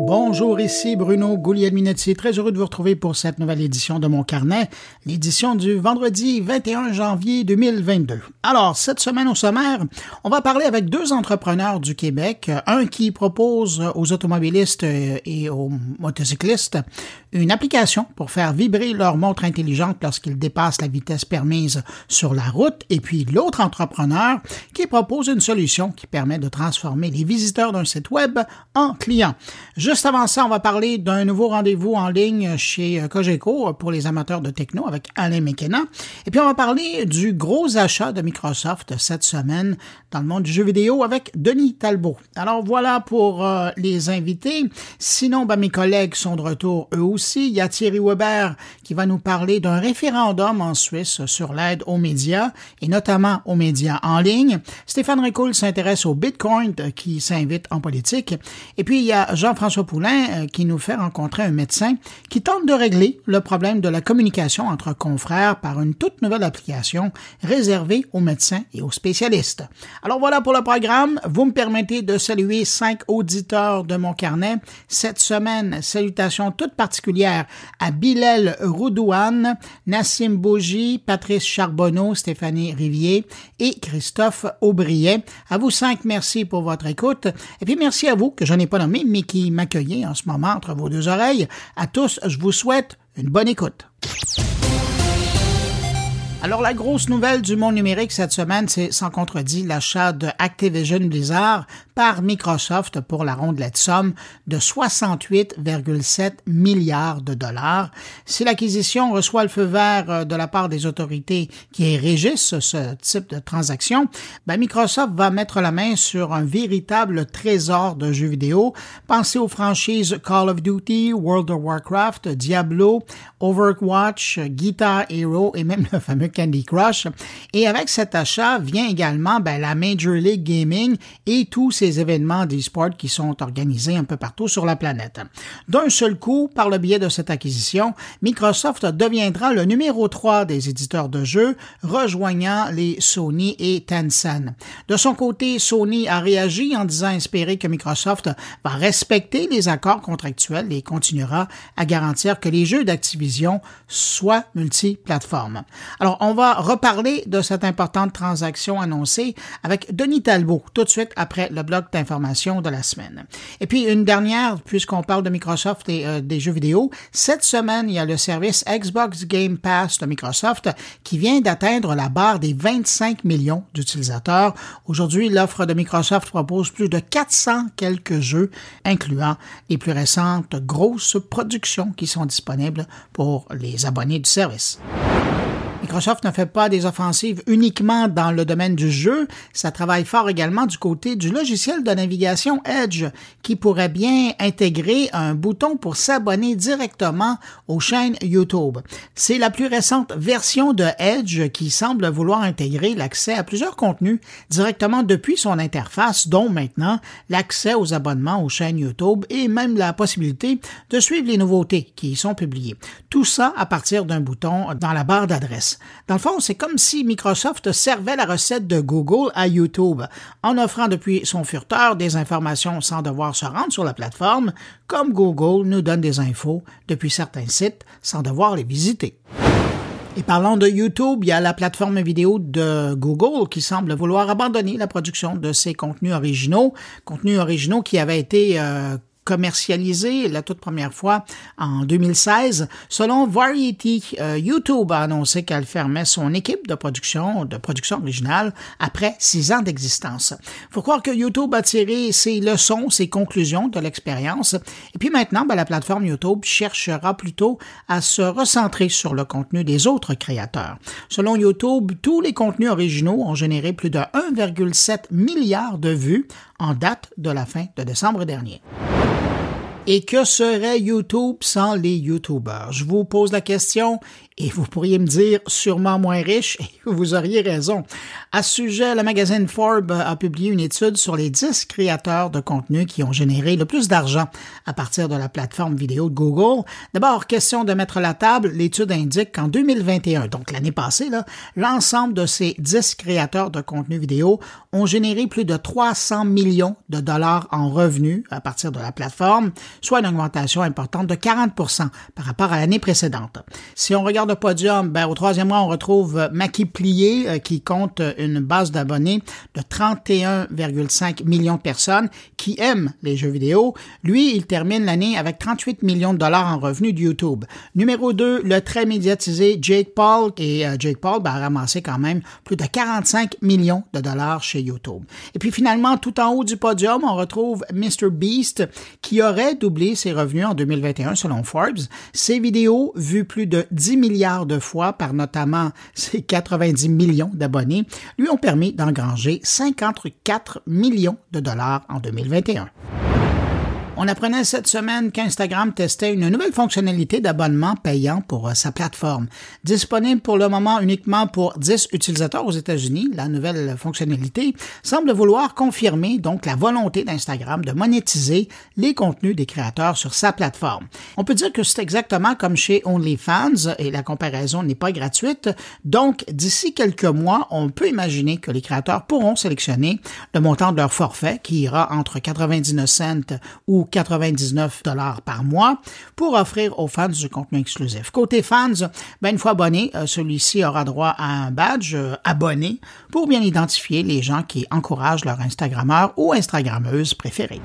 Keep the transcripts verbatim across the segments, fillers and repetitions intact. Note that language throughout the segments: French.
Bonjour, ici Bruno Guglielminetti, très heureux de vous retrouver pour cette nouvelle édition de Mon Carnet, l'édition du vendredi vingt et un janvier deux mille vingt-deux. Alors, cette semaine au sommaire, on va parler avec deux entrepreneurs du Québec, un qui propose aux automobilistes et aux motocyclistes une application pour faire vibrer leur montre intelligente lorsqu'ils dépassent la vitesse permise sur la route, et puis l'autre entrepreneur qui propose une solution qui permet de transformer les visiteurs d'un site web en clients. Juste avant ça, on va parler d'un nouveau rendez-vous en ligne chez Cogeco pour les amateurs de techno avec Alain McKenna. Et puis, on va parler du gros achat de Microsoft cette semaine dans le monde du jeu vidéo avec Denis Talbot. Alors, voilà pour euh, les invités. Sinon, ben, mes collègues sont de retour eux aussi. Il y a Thierry Weber qui va nous parler d'un référendum en Suisse sur l'aide aux médias et notamment aux médias en ligne. Stéphane Ricoul s'intéresse au Bitcoin qui s'invite en politique. Et puis, il y a Jean-François Poulain qui nous fait rencontrer un médecin qui tente de régler le problème de la communication entre confrères par une toute nouvelle application réservée aux médecins et aux spécialistes. Alors voilà pour le programme. Vous me permettez de saluer cinq auditeurs de Mon Carnet. Cette semaine, salutations toutes particulières à Bilal Roudouane, Nassim Bougie, Patrice Charbonneau, Stéphanie Rivier et Christophe Aubriet. À vous cinq, merci pour votre écoute. Et puis merci à vous, que je n'ai pas nommé, mais qui m'accueillez en ce moment entre vos deux oreilles. À tous, je vous souhaite une bonne écoute. Alors, la grosse nouvelle du monde numérique cette semaine, c'est sans contredit l'achat de Activision Blizzard par Microsoft pour la rondelette somme de soixante-huit virgule sept milliards de dollars. Si l'acquisition reçoit le feu vert de la part des autorités qui régissent ce type de transaction, ben Microsoft va mettre la main sur un véritable trésor de jeux vidéo. Pensez aux franchises Call of Duty, World of Warcraft, Diablo, Overwatch, Guitar Hero et même le fameux Candy Crush. Et avec cet achat vient également ben, la Major League Gaming et tous ces événements d'e-sport qui sont organisés un peu partout sur la planète. D'un seul coup, par le biais de cette acquisition, Microsoft deviendra le numéro trois des éditeurs de jeux, rejoignant les Sony et Tencent. De son côté, Sony a réagi en disant espérer que Microsoft va respecter les accords contractuels et continuera à garantir que les jeux d'Activision soient multiplateformes. Alors, on va reparler de cette importante transaction annoncée avec Denis Talbot tout de suite après le bloc d'information de la semaine. Et puis, une dernière, puisqu'on parle de Microsoft et euh, des jeux vidéo, cette semaine, il y a le service Xbox Game Pass de Microsoft qui vient d'atteindre la barre des vingt-cinq millions d'utilisateurs. Aujourd'hui, l'offre de Microsoft propose plus de quatre cents quelques jeux, incluant les plus récentes grosses productions qui sont disponibles pour les abonnés du service. Microsoft ne fait pas des offensives uniquement dans le domaine du jeu, ça travaille fort également du côté du logiciel de navigation Edge, qui pourrait bien intégrer un bouton pour s'abonner directement aux chaînes YouTube. C'est la plus récente version de Edge qui semble vouloir intégrer l'accès à plusieurs contenus directement depuis son interface, dont maintenant l'accès aux abonnements aux chaînes YouTube et même la possibilité de suivre les nouveautés qui y sont publiées. Tout ça à partir d'un bouton dans la barre d'adresse. Dans le fond, c'est comme si Microsoft servait la recette de Google à YouTube, en offrant depuis son furteur des informations sans devoir se rendre sur la plateforme, comme Google nous donne des infos depuis certains sites sans devoir les visiter. Et parlant de YouTube, il y a la plateforme vidéo de Google qui semble vouloir abandonner la production de ses contenus originaux, contenus originaux qui avaient été euh, commercialisée la toute première fois en deux mille seize. Selon Variety, euh, YouTube a annoncé qu'elle fermait son équipe de production, de production originale après six ans d'existence. Il faut croire que YouTube a tiré ses leçons, ses conclusions de l'expérience. Et puis maintenant, ben, la plateforme YouTube cherchera plutôt à se recentrer sur le contenu des autres créateurs. Selon YouTube, tous les contenus originaux ont généré plus de un virgule sept milliard de vues en date de la fin de décembre dernier. Et que serait YouTube sans les YouTubers? Je vous pose la question et vous pourriez me dire sûrement moins riche et vous auriez raison. À ce sujet, le magazine Forbes a publié une étude sur les dix créateurs de contenu qui ont généré le plus d'argent à partir de la plateforme vidéo de Google. D'abord, question de mettre la table, l'étude indique qu'en deux mille vingt et un, donc l'année passée, là, l'ensemble de ces dix créateurs de contenu vidéo ont généré plus de trois cents millions de dollars en revenus à partir de la plateforme, soit une augmentation importante de quarante pour cent par rapport à l'année précédente. Si on regarde le podium, ben, au troisième rang, on retrouve Maki Plié euh, qui compte une base d'abonnés de trente et un virgule cinq millions de personnes qui aiment les jeux vidéo. Lui, il termine l'année avec trente-huit millions de dollars en revenus de YouTube. Numéro deux, le très médiatisé Jake Paul. Et euh, Jake Paul ben, a ramassé quand même plus de quarante-cinq millions de dollars chez YouTube. Et puis finalement, tout en haut du podium, on retrouve MrBeast qui aurait doublé ses revenus en deux mille vingt et un selon Forbes. Ses vidéos, vues plus de dix milliards de fois par notamment ses quatre-vingt-dix millions d'abonnés, lui ont permis d'engranger cinquante-quatre millions de dollars en deux mille vingt et un. On apprenait cette semaine qu'Instagram testait une nouvelle fonctionnalité d'abonnement payant pour sa plateforme. Disponible pour le moment uniquement pour dix utilisateurs aux États-Unis, la nouvelle fonctionnalité semble vouloir confirmer donc la volonté d'Instagram de monétiser les contenus des créateurs sur sa plateforme. On peut dire que c'est exactement comme chez OnlyFans et la comparaison n'est pas gratuite. Donc, d'ici quelques mois, on peut imaginer que les créateurs pourront sélectionner le montant de leur forfait qui ira entre quatre-vingt-dix-neuf cents ou quatre-vingt-dix-neuf dollars par mois pour offrir aux fans du contenu exclusif. Côté fans, ben une fois abonné, celui-ci aura droit à un badge euh, abonné pour bien identifier les gens qui encouragent leur Instagrammeur ou Instagrammeuse préférée.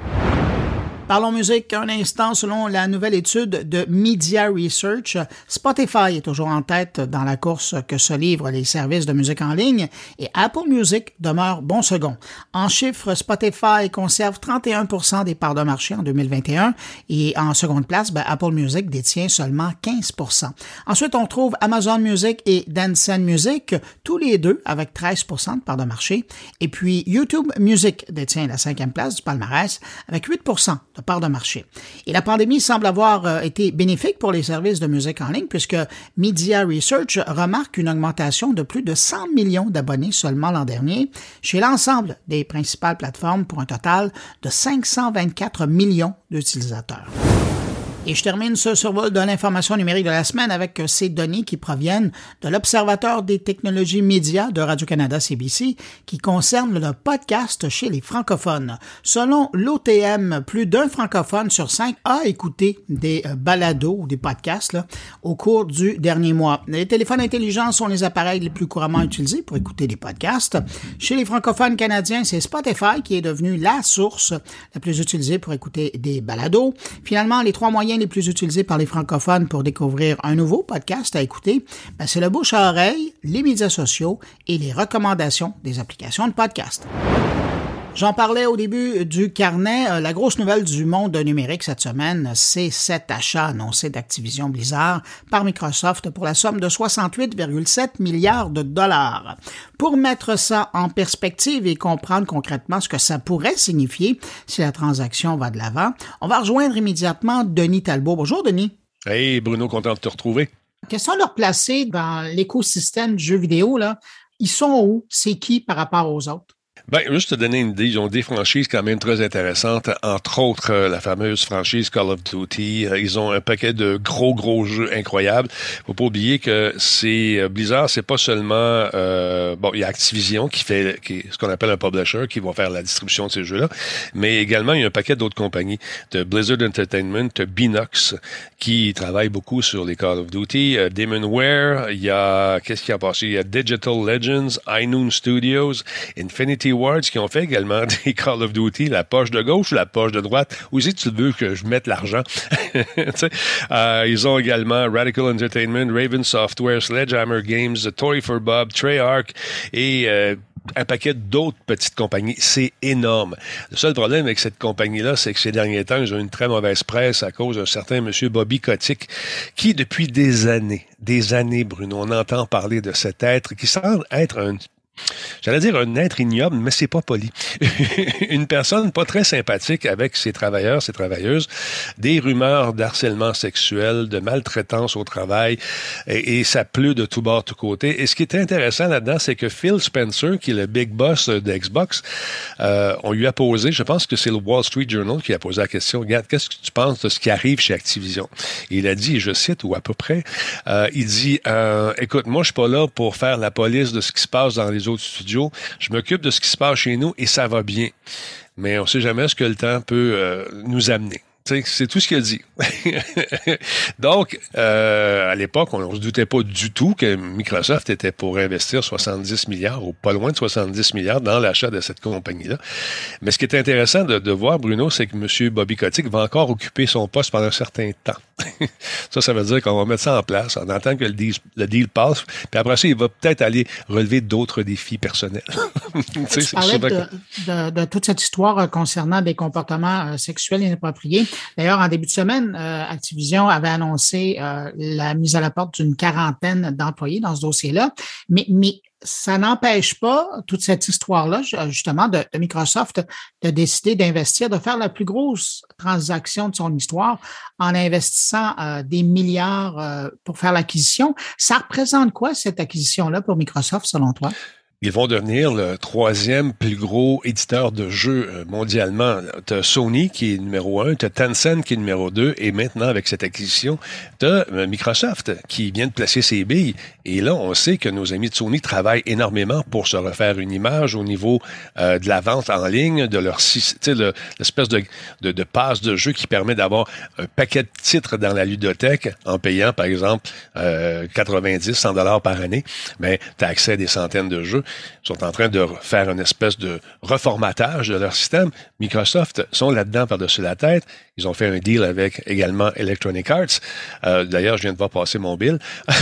Parlons musique un instant. Selon la nouvelle étude de Media Research, Spotify est toujours en tête dans la course que se livrent les services de musique en ligne et Apple Music demeure bon second. En chiffres, Spotify conserve trente et un pour cent des parts de marché en deux mille vingt et un et en seconde place, ben, Apple Music détient seulement quinze pour cent. Ensuite, on trouve Amazon Music et Tencent Music, tous les deux avec treize pour cent de parts de marché. Et puis YouTube Music détient la cinquième place du palmarès avec huit pour cent de part de marché. Et la pandémie semble avoir euh, été bénéfique pour les services de musique en ligne puisque Media Research remarque une augmentation de plus de cent millions d'abonnés seulement l'an dernier chez l'ensemble des principales plateformes pour un total de cinq cent vingt-quatre millions d'utilisateurs. Et je termine ce survol de l'information numérique de la semaine avec ces données qui proviennent de l'Observateur des technologies médias de Radio-Canada C B C qui concerne le podcast chez les francophones. Selon l'O T M, plus d'un francophone sur cinq a écouté des balados ou des podcasts là, au cours du dernier mois. Les téléphones intelligents sont les appareils les plus couramment utilisés pour écouter des podcasts. Chez les francophones canadiens, c'est Spotify qui est devenu la source la plus utilisée pour écouter des balados. Finalement, les trois moyens les plus utilisés par les francophones pour découvrir un nouveau podcast à écouter, ben c'est le bouche à oreille, les médias sociaux et les recommandations des applications de podcast. J'en parlais au début du carnet. La grosse nouvelle du monde numérique cette semaine, c'est cet achat annoncé d'Activision Blizzard par Microsoft pour la somme de soixante-huit virgule sept milliards de dollars. Pour mettre ça en perspective et comprendre concrètement ce que ça pourrait signifier si la transaction va de l'avant, on va rejoindre immédiatement Denis Talbot. Bonjour Denis. Hey Bruno, content de te retrouver. Question de leur placer dans l'écosystème du jeu vidéo, là. Ils sont où? C'est qui par rapport aux autres? Ben, juste te donner une idée, ils ont des franchises quand même très intéressantes, entre autres euh, la fameuse franchise Call of Duty. Euh, ils ont un paquet de gros, gros jeux incroyables. Faut pas oublier que c'est euh, Blizzard, c'est pas seulement euh, bon, il y a Activision qui fait qui, ce qu'on appelle un publisher, qui vont faire la distribution de ces jeux-là, mais également il y a un paquet d'autres compagnies, de Blizzard Entertainment, de Beenox, qui travaille beaucoup sur les Call of Duty, euh, Demonware, il y a, qu'est-ce qui a passé? Il y a Digital Legends, High Noon Studios, Infinity Ward, qui ont fait également des Call of Duty, la poche de gauche ou la poche de droite, où si tu veux que je mette l'argent. euh, ils ont également Radical Entertainment, Raven Software, Sledgehammer Games, Toy for Bob, Treyarch et euh, un paquet d'autres petites compagnies. C'est énorme. Le seul problème avec cette compagnie-là, c'est que ces derniers temps, ils ont une très mauvaise presse à cause d'un certain monsieur Bobby Kotick, qui, depuis des années, des années, Bruno, on entend parler de cet être qui semble être un J'allais dire un être ignoble, mais c'est pas poli. Une personne pas très sympathique avec ses travailleurs, ses travailleuses, des rumeurs d'harcèlement sexuel, de maltraitance au travail, et, et ça pleut de tout bord, tout côté. Et ce qui est intéressant là-dedans, c'est que Phil Spencer, qui est le big boss de Xbox, euh, on lui a posé, je pense que c'est le Wall Street Journal qui a posé la question, regarde, qu'est-ce que tu penses de ce qui arrive chez Activision? Et il a dit, je cite, ou à peu près, euh, il dit, euh, écoute, moi, je suis pas là pour faire la police de ce qui se passe dans les autres studios. Je m'occupe de ce qui se passe chez nous et ça va bien. Mais on ne sait jamais ce que le temps peut euh, nous amener. C'est tout ce qu'il a dit. Donc, euh, à l'époque, on ne se doutait pas du tout que Microsoft était pour investir soixante-dix milliards ou pas loin de soixante-dix milliards dans l'achat de cette compagnie-là. Mais ce qui est intéressant de, de voir, Bruno, c'est que M. Bobby Kotick va encore occuper son poste pendant un certain temps. Ça, ça veut dire qu'on va mettre ça en place en attendant que le deal, le deal passe. Puis après ça, il va peut-être aller relever d'autres défis personnels. Tu sais, parlais de, de, de toute cette histoire concernant des comportements euh, sexuels inappropriés. D'ailleurs, en début de semaine, euh, Activision avait annoncé euh, la mise à la porte d'une quarantaine d'employés dans ce dossier-là. Mais, mais ça n'empêche pas toute cette histoire-là, justement, de, de Microsoft de décider d'investir, de faire la plus grosse transaction de son histoire en investissant euh, des milliards euh, pour faire l'acquisition. Ça représente quoi, cette acquisition-là, pour Microsoft, selon toi? Ils vont devenir le troisième plus gros éditeur de jeux mondialement. Tu as Sony qui est numéro un, tu as Tencent qui est numéro deux, et maintenant, avec cette acquisition, tu as Microsoft qui vient de placer ses billes. Et là, on sait que nos amis de Sony travaillent énormément pour se refaire une image au niveau euh, de la vente en ligne, de leur le, l'espèce de, de, de passe de jeu qui permet d'avoir un paquet de titres dans la ludothèque en payant, par exemple, euh, quatre-vingt-dix, cent dollars par année. Mais tu as accès à des centaines de jeux. Ils sont en train de faire une espèce de reformatage de leur système. Microsoft sont là-dedans par-dessus la tête. Ils ont fait un deal avec également Electronic Arts. Euh, d'ailleurs, je viens de voir passer mon bill.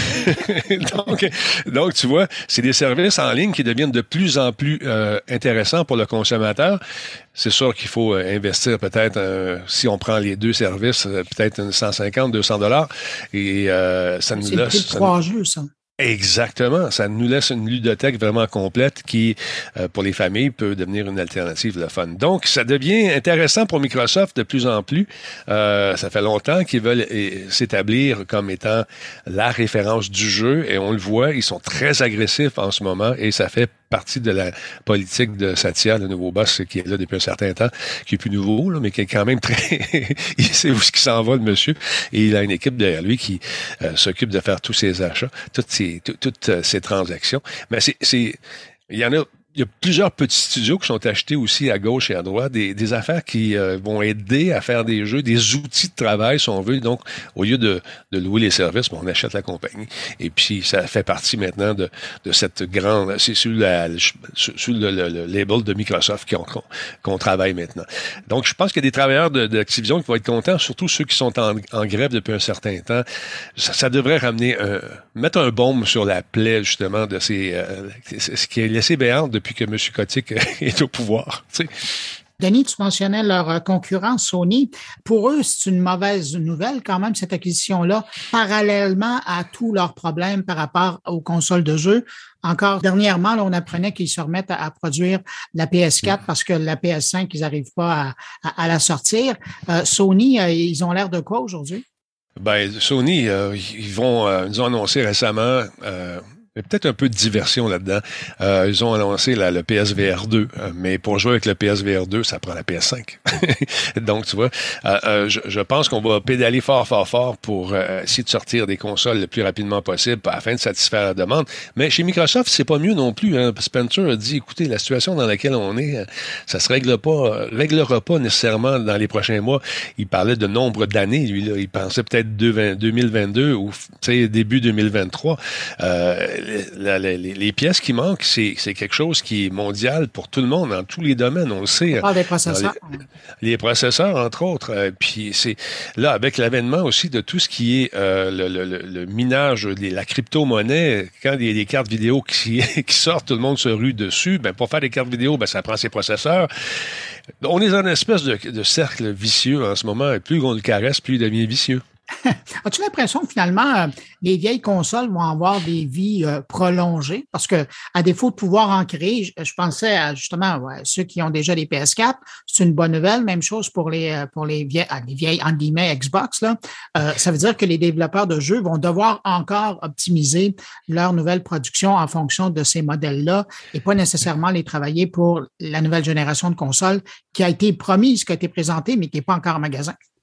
donc, donc, tu vois, c'est des services en ligne qui deviennent de plus en plus euh, intéressants pour le consommateur. C'est sûr qu'il faut euh, investir peut-être, euh, si on prend les deux services, euh, peut-être cent cinquante, deux cents dollars. Et euh, ça nous c'est laisse... C'est le prix de trois jeux, ça. Exactement. Ça nous laisse une ludothèque vraiment complète qui, euh, pour les familles, peut devenir une alternative de fun. Donc, ça devient intéressant pour Microsoft de plus en plus. Euh, ça fait longtemps qu'ils veulent eh, s'établir comme étant la référence du jeu et on le voit, ils sont très agressifs en ce moment et ça fait partie de la politique de Satya, le nouveau boss qui est là depuis un certain temps, qui est plus nouveau, là, mais qui est quand même très... il sait où ce qui s'en va, le monsieur, et il a une équipe derrière lui qui euh, s'occupe de faire tous ses achats, toutes ces, tout, toutes ces transactions. Mais c'est, c'est, il y en a Il y a plusieurs petits studios qui sont achetés aussi à gauche et à droite, des, des affaires qui euh, vont aider à faire des jeux, des outils de travail, si on veut. Donc, au lieu de, de louer les services, on achète la compagnie. Et puis, ça fait partie maintenant de, de cette grande... C'est sous, la, sous le, le, le label de Microsoft qu'on, qu'on, qu'on travaille maintenant. Donc, je pense qu'il y a des travailleurs de, d'Activision qui vont être contents, surtout ceux qui sont en, en grève depuis un certain temps. Ça, ça devrait ramener... Un, mettre un baume sur la plaie, justement, de ces... Euh, ce qui est laissé béante depuis que M. Kotick est au pouvoir. Tu sais. Denis, tu mentionnais leur concurrent Sony. Pour eux, c'est une mauvaise nouvelle quand même, cette acquisition-là, parallèlement à tous leurs problèmes par rapport aux consoles de jeux. Encore dernièrement, là, on apprenait qu'ils se remettent à, à produire la P S quatre parce que la P S cinq, ils n'arrivent pas à, à, à la sortir. Euh, Sony, euh, ils ont l'air de quoi aujourd'hui? Ben, Sony, euh, ils vont, euh, ils ont annoncé récemment... Euh, Il y a peut-être un peu de diversion là-dedans. Euh, ils ont annoncé la, le P S V R deux, euh, mais pour jouer avec le P S V R deux, ça prend la P S cinq. Donc, tu vois, euh, euh, je, je pense qu'on va pédaler fort, fort, fort pour euh, essayer de sortir des consoles le plus rapidement possible afin de satisfaire la demande. Mais chez Microsoft, c'est pas mieux non plus. Hein. Spencer a dit, écoutez, la situation dans laquelle on est, ça se règle pas, réglera pas nécessairement dans les prochains mois. Il parlait de nombre d'années, lui, là. Il pensait peut-être deux mille vingt-deux ou début deux mille vingt-trois. Euh, La, la, les, les pièces qui manquent, c'est, c'est quelque chose qui est mondial pour tout le monde, dans tous les domaines, on le sait. On parle des processeurs. Les, les processeurs, entre autres. Euh, puis c'est là, avec l'avènement aussi de tout ce qui est euh, le, le, le minage, les, la crypto-monnaie, quand il y a des cartes vidéo qui, qui sortent, tout le monde se rue dessus. Ben, pour faire des cartes vidéo, ben, ça prend ses processeurs. On est dans une espèce de, de cercle vicieux en ce moment. Et plus on le caresse, plus il devient vicieux. As-tu l'impression que finalement, euh, les vieilles consoles vont avoir des vies euh, prolongées? Parce que, à défaut de pouvoir en créer, je, je pensais à justement ouais, ceux qui ont déjà des P S quatre, c'est une bonne nouvelle. Même chose pour les pour les vieilles, ah, les vieilles entre guillemets Xbox. Là. Euh, ça veut dire que les développeurs de jeux vont devoir encore optimiser leur nouvelle production en fonction de ces modèles-là et pas nécessairement les travailler pour la nouvelle génération de consoles qui a été promise, qui a été présentée, mais qui n'est pas encore en magasin.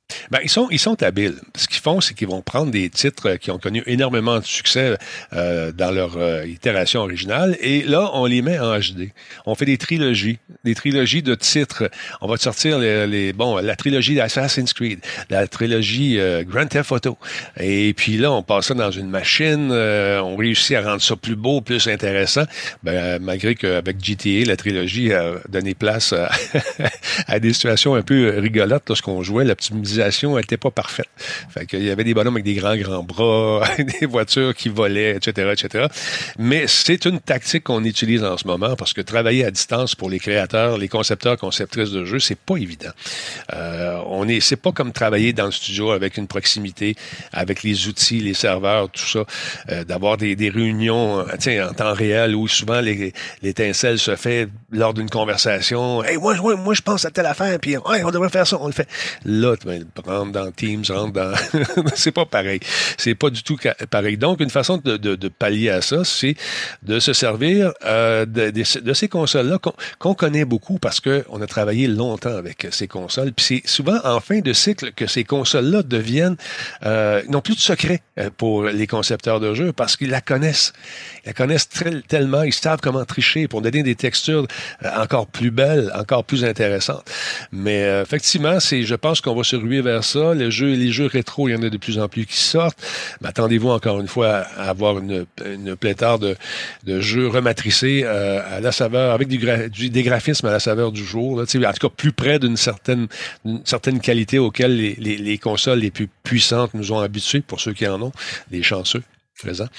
Ben, ils sont, ils sont habiles. Ce qu'ils font, c'est qu'ils vont prendre des titres qui ont connu énormément de succès euh, dans leur euh, itération originale et là, on les met en H D. On fait des trilogies, des trilogies de titres. On va sortir les, les bon, la trilogie d'Assassin's Creed, la trilogie euh, Grand Theft Auto. Et puis là, on passe ça dans une machine. Euh, on réussit à rendre ça plus beau, plus intéressant. Ben, malgré qu'avec G T A, la trilogie a donné place à, à des situations un peu rigolotes lorsqu'on jouait. L'optimisation n'était pas parfaite. Fait qu'il y avait des bonhommes avec des grands, grands bras, des voitures qui volaient, et cetera, et cetera. Mais c'est une tactique qu'on utilise en ce moment parce que travailler à distance pour les créateurs, les concepteurs, conceptrices de jeux, c'est pas évident. Euh, on est, c'est pas comme travailler dans le studio avec une proximité, avec les outils, les serveurs, tout ça, euh, d'avoir des, des réunions, tiens, en temps réel où souvent les, l'étincelle se fait lors d'une conversation. Hey, moi, moi, moi, je pense à telle affaire, puis hey, on devrait faire ça, on le fait. Là, ben, rentre dans Teams, rentre dans... c'est pas pareil. C'est pas du tout pareil. Donc, une façon de, de, de pallier à ça, c'est de se servir euh, de, de, de ces consoles-là qu'on, qu'on connaît beaucoup parce qu'on a travaillé longtemps avec ces consoles. Puis c'est souvent en fin de cycle que ces consoles-là deviennent... Euh, n'ont plus de secret pour les concepteurs de jeux parce qu'ils la connaissent. Ils la connaissent très, tellement, ils savent comment tricher pour donner des textures encore plus belles, encore plus intéressantes. Mais euh, effectivement, c'est, je pense qu'on va se ruer vers ça. Les jeux, les jeux rétro, il y en a de plus en plus qui sortent. Mais attendez-vous encore une fois à avoir une, une pléthore de, de jeux rematricés euh, à la saveur, avec du, gra, du, des graphismes à la saveur du jour. Là, en tout cas, plus près d'une certaine, d'une certaine qualité auquel les, les, les consoles les plus puissantes nous ont habitués, pour ceux qui en ont, les chanceux. Présent.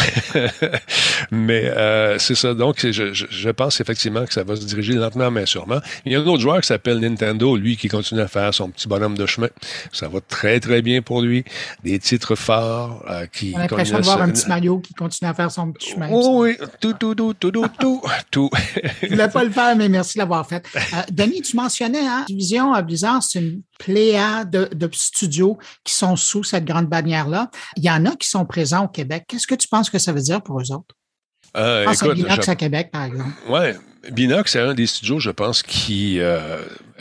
Mais euh, c'est ça. Donc, je, je, je pense effectivement que ça va se diriger lentement mais sûrement. Il y a un autre joueur qui s'appelle Nintendo, lui, qui continue à faire son petit bonhomme de chemin. Ça va très, très bien pour lui. Des titres forts euh, qui... On a l'impression de voir un petit Mario qui continue à faire son petit chemin. Oh, oui, tout, tout, tout, tout, tout, tout, tout. Je voulais pas le faire, mais merci de l'avoir fait. Euh, Denis, tu mentionnais, hein, Division Blizzard, c'est une pléiade de, de studios qui sont sous cette grande bannière-là. Il y en a qui sont présents au Québec. Qu'est-ce que tu penses que ça veut dire pour eux autres? Euh, je pense écoute, à Binox je... à Québec, par exemple. Oui, Binox, c'est un des studios, je pense, qui... Euh,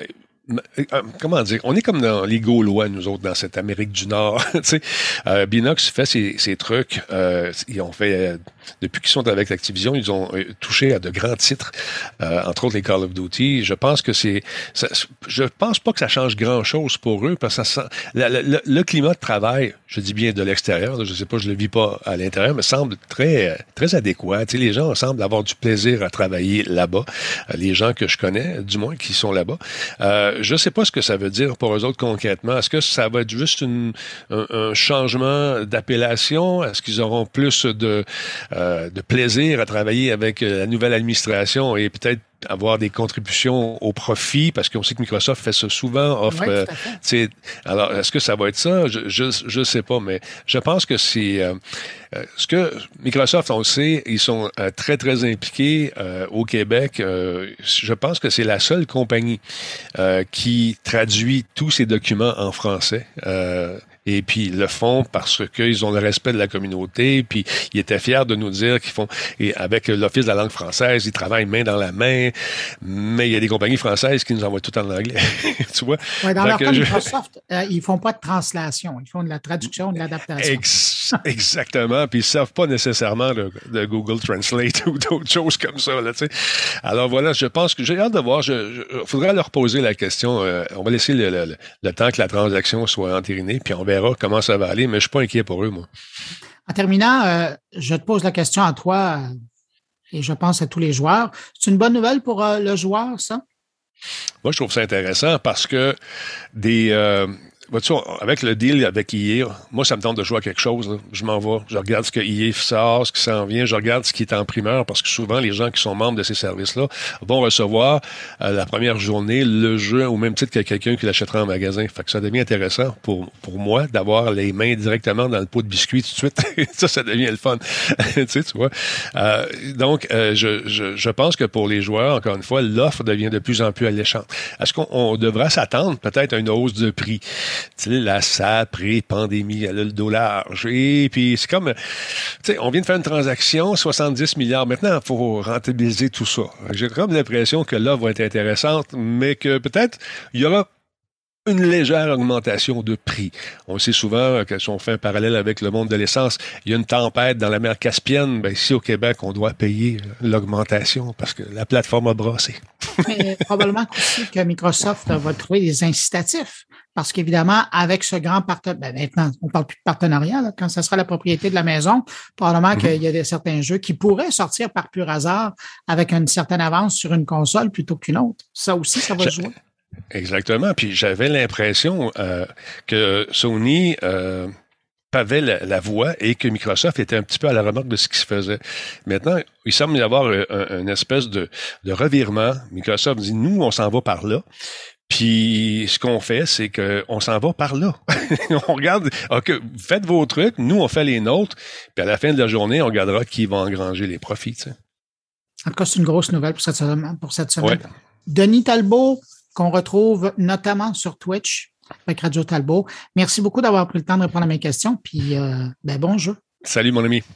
comment dire, on est comme dans les Gaulois, nous autres, dans cette Amérique du Nord. euh, Binox fait ses, ses trucs. Euh, ils ont fait, euh, depuis qu'ils sont avec Activision, ils ont euh, touché à de grands titres, euh, entre autres les Call of Duty. Je pense que c'est, ça, je pense pas que ça change grand-chose pour eux, parce que ça, la, la, le, le climat de travail, je dis bien de l'extérieur, je sais pas, je le vis pas à l'intérieur, mais semble très, très adéquat. T'sais, les gens semblent avoir du plaisir à travailler là-bas. Les gens que je connais, du moins, qui sont là-bas. Euh, je sais pas ce que ça veut dire pour eux autres concrètement. Est-ce que ça va être juste une, un, un changement d'appellation? Est-ce qu'ils auront plus de, euh, de plaisir à travailler avec la nouvelle administration et peut-être avoir des contributions au profit, parce qu'on sait que Microsoft fait ça souvent, offre... Oui, euh, alors, est-ce que ça va être ça? Je je, je sais pas, mais je pense que c'est... Euh, ce que Microsoft, on le sait, ils sont euh, très, très impliqués euh, au Québec. Euh, je pense que c'est la seule compagnie euh, qui traduit tous ces documents en français. Euh, Et puis, ils le font parce qu'ils ont le respect de la communauté. Puis, ils étaient fiers de nous dire qu'ils font... Et avec l'Office de la langue française, ils travaillent main dans la main. Mais il y a des compagnies françaises qui nous envoient tout en anglais. Tu vois? Ouais, dans fait leur cas, je... Microsoft, euh, ils font pas de translation. Ils font de la traduction, de l'adaptation. Ex- exactement. Puis, ils savent pas nécessairement de, de Google Translate ou d'autres choses comme ça. Là, tu sais. Alors, voilà, je pense que j'ai hâte de voir. Il faudrait leur poser la question. Euh, on va laisser le, le, le temps que la transaction soit entérinée. Puis, on verra comment ça va aller, mais je suis pas inquiet pour eux, moi. En terminant, euh, je te pose la question à toi euh, et je pense à tous les joueurs. C'est une bonne nouvelle pour euh, le joueur, ça? Moi, je trouve ça intéressant parce que des... Euh, vois-tu, avec le deal avec I A, moi, ça me tente de jouer à quelque chose. Là. Je m'en vais. Je regarde ce que I A sort, ce qui s'en vient. Je regarde ce qui est en primeur parce que souvent, les gens qui sont membres de ces services-là vont recevoir euh, la première journée le jeu au même titre que quelqu'un qui l'achètera en magasin. Fait que ça devient intéressant pour, pour moi d'avoir les mains directement dans le pot de biscuits tout de suite. ça, ça devient le fun. tu sais, tu vois. Euh, donc, euh, je, je, je pense que pour les joueurs, encore une fois, l'offre devient de plus en plus alléchante. Est-ce qu'on on devra s'attendre peut-être à une hausse de prix? Tu sais, la S A P, pré-pandémie, elle a le dos large. Et puis, c'est comme, tu sais, on vient de faire une transaction, soixante-dix milliards. Maintenant, il faut rentabiliser tout ça. J'ai comme l'impression que l'offre va être intéressante, mais que peut-être, il y aura une légère augmentation de prix. On sait souvent que si on fait un parallèle avec le monde de l'essence, il y a une tempête dans la mer Caspienne. Ben, ici au Québec, on doit payer l'augmentation parce que la plateforme a brassé. Mais probablement aussi que Microsoft va trouver des incitatifs. Parce qu'évidemment, avec ce grand partenariat, ben maintenant, on ne parle plus de partenariat, là, quand ça sera la propriété de la maison, probablement mm-hmm. qu'il y a des, certains jeux qui pourraient sortir par pur hasard avec une certaine avance sur une console plutôt qu'une autre. Ça aussi, ça va jouer. Exactement. Puis j'avais l'impression euh, que Sony euh, pavait la, la voie et que Microsoft était un petit peu à la remorque de ce qui se faisait. Maintenant, il semble y avoir un, un, une espèce de, de revirement. Microsoft dit, nous, on s'en va par là. Puis ce qu'on fait, c'est qu'on s'en va par là. On regarde, OK, faites vos trucs, nous, on fait les nôtres. Puis à la fin de la journée, on regardera qui va engranger les profits. Tu sais. En tout cas, c'est une grosse nouvelle pour cette semaine. Pour cette semaine. Ouais. Denis Talbot, qu'on retrouve notamment sur Twitch avec Radio Talbot. Merci beaucoup d'avoir pris le temps de répondre à mes questions. Puis, euh, ben, bon jeu. Salut, mon ami.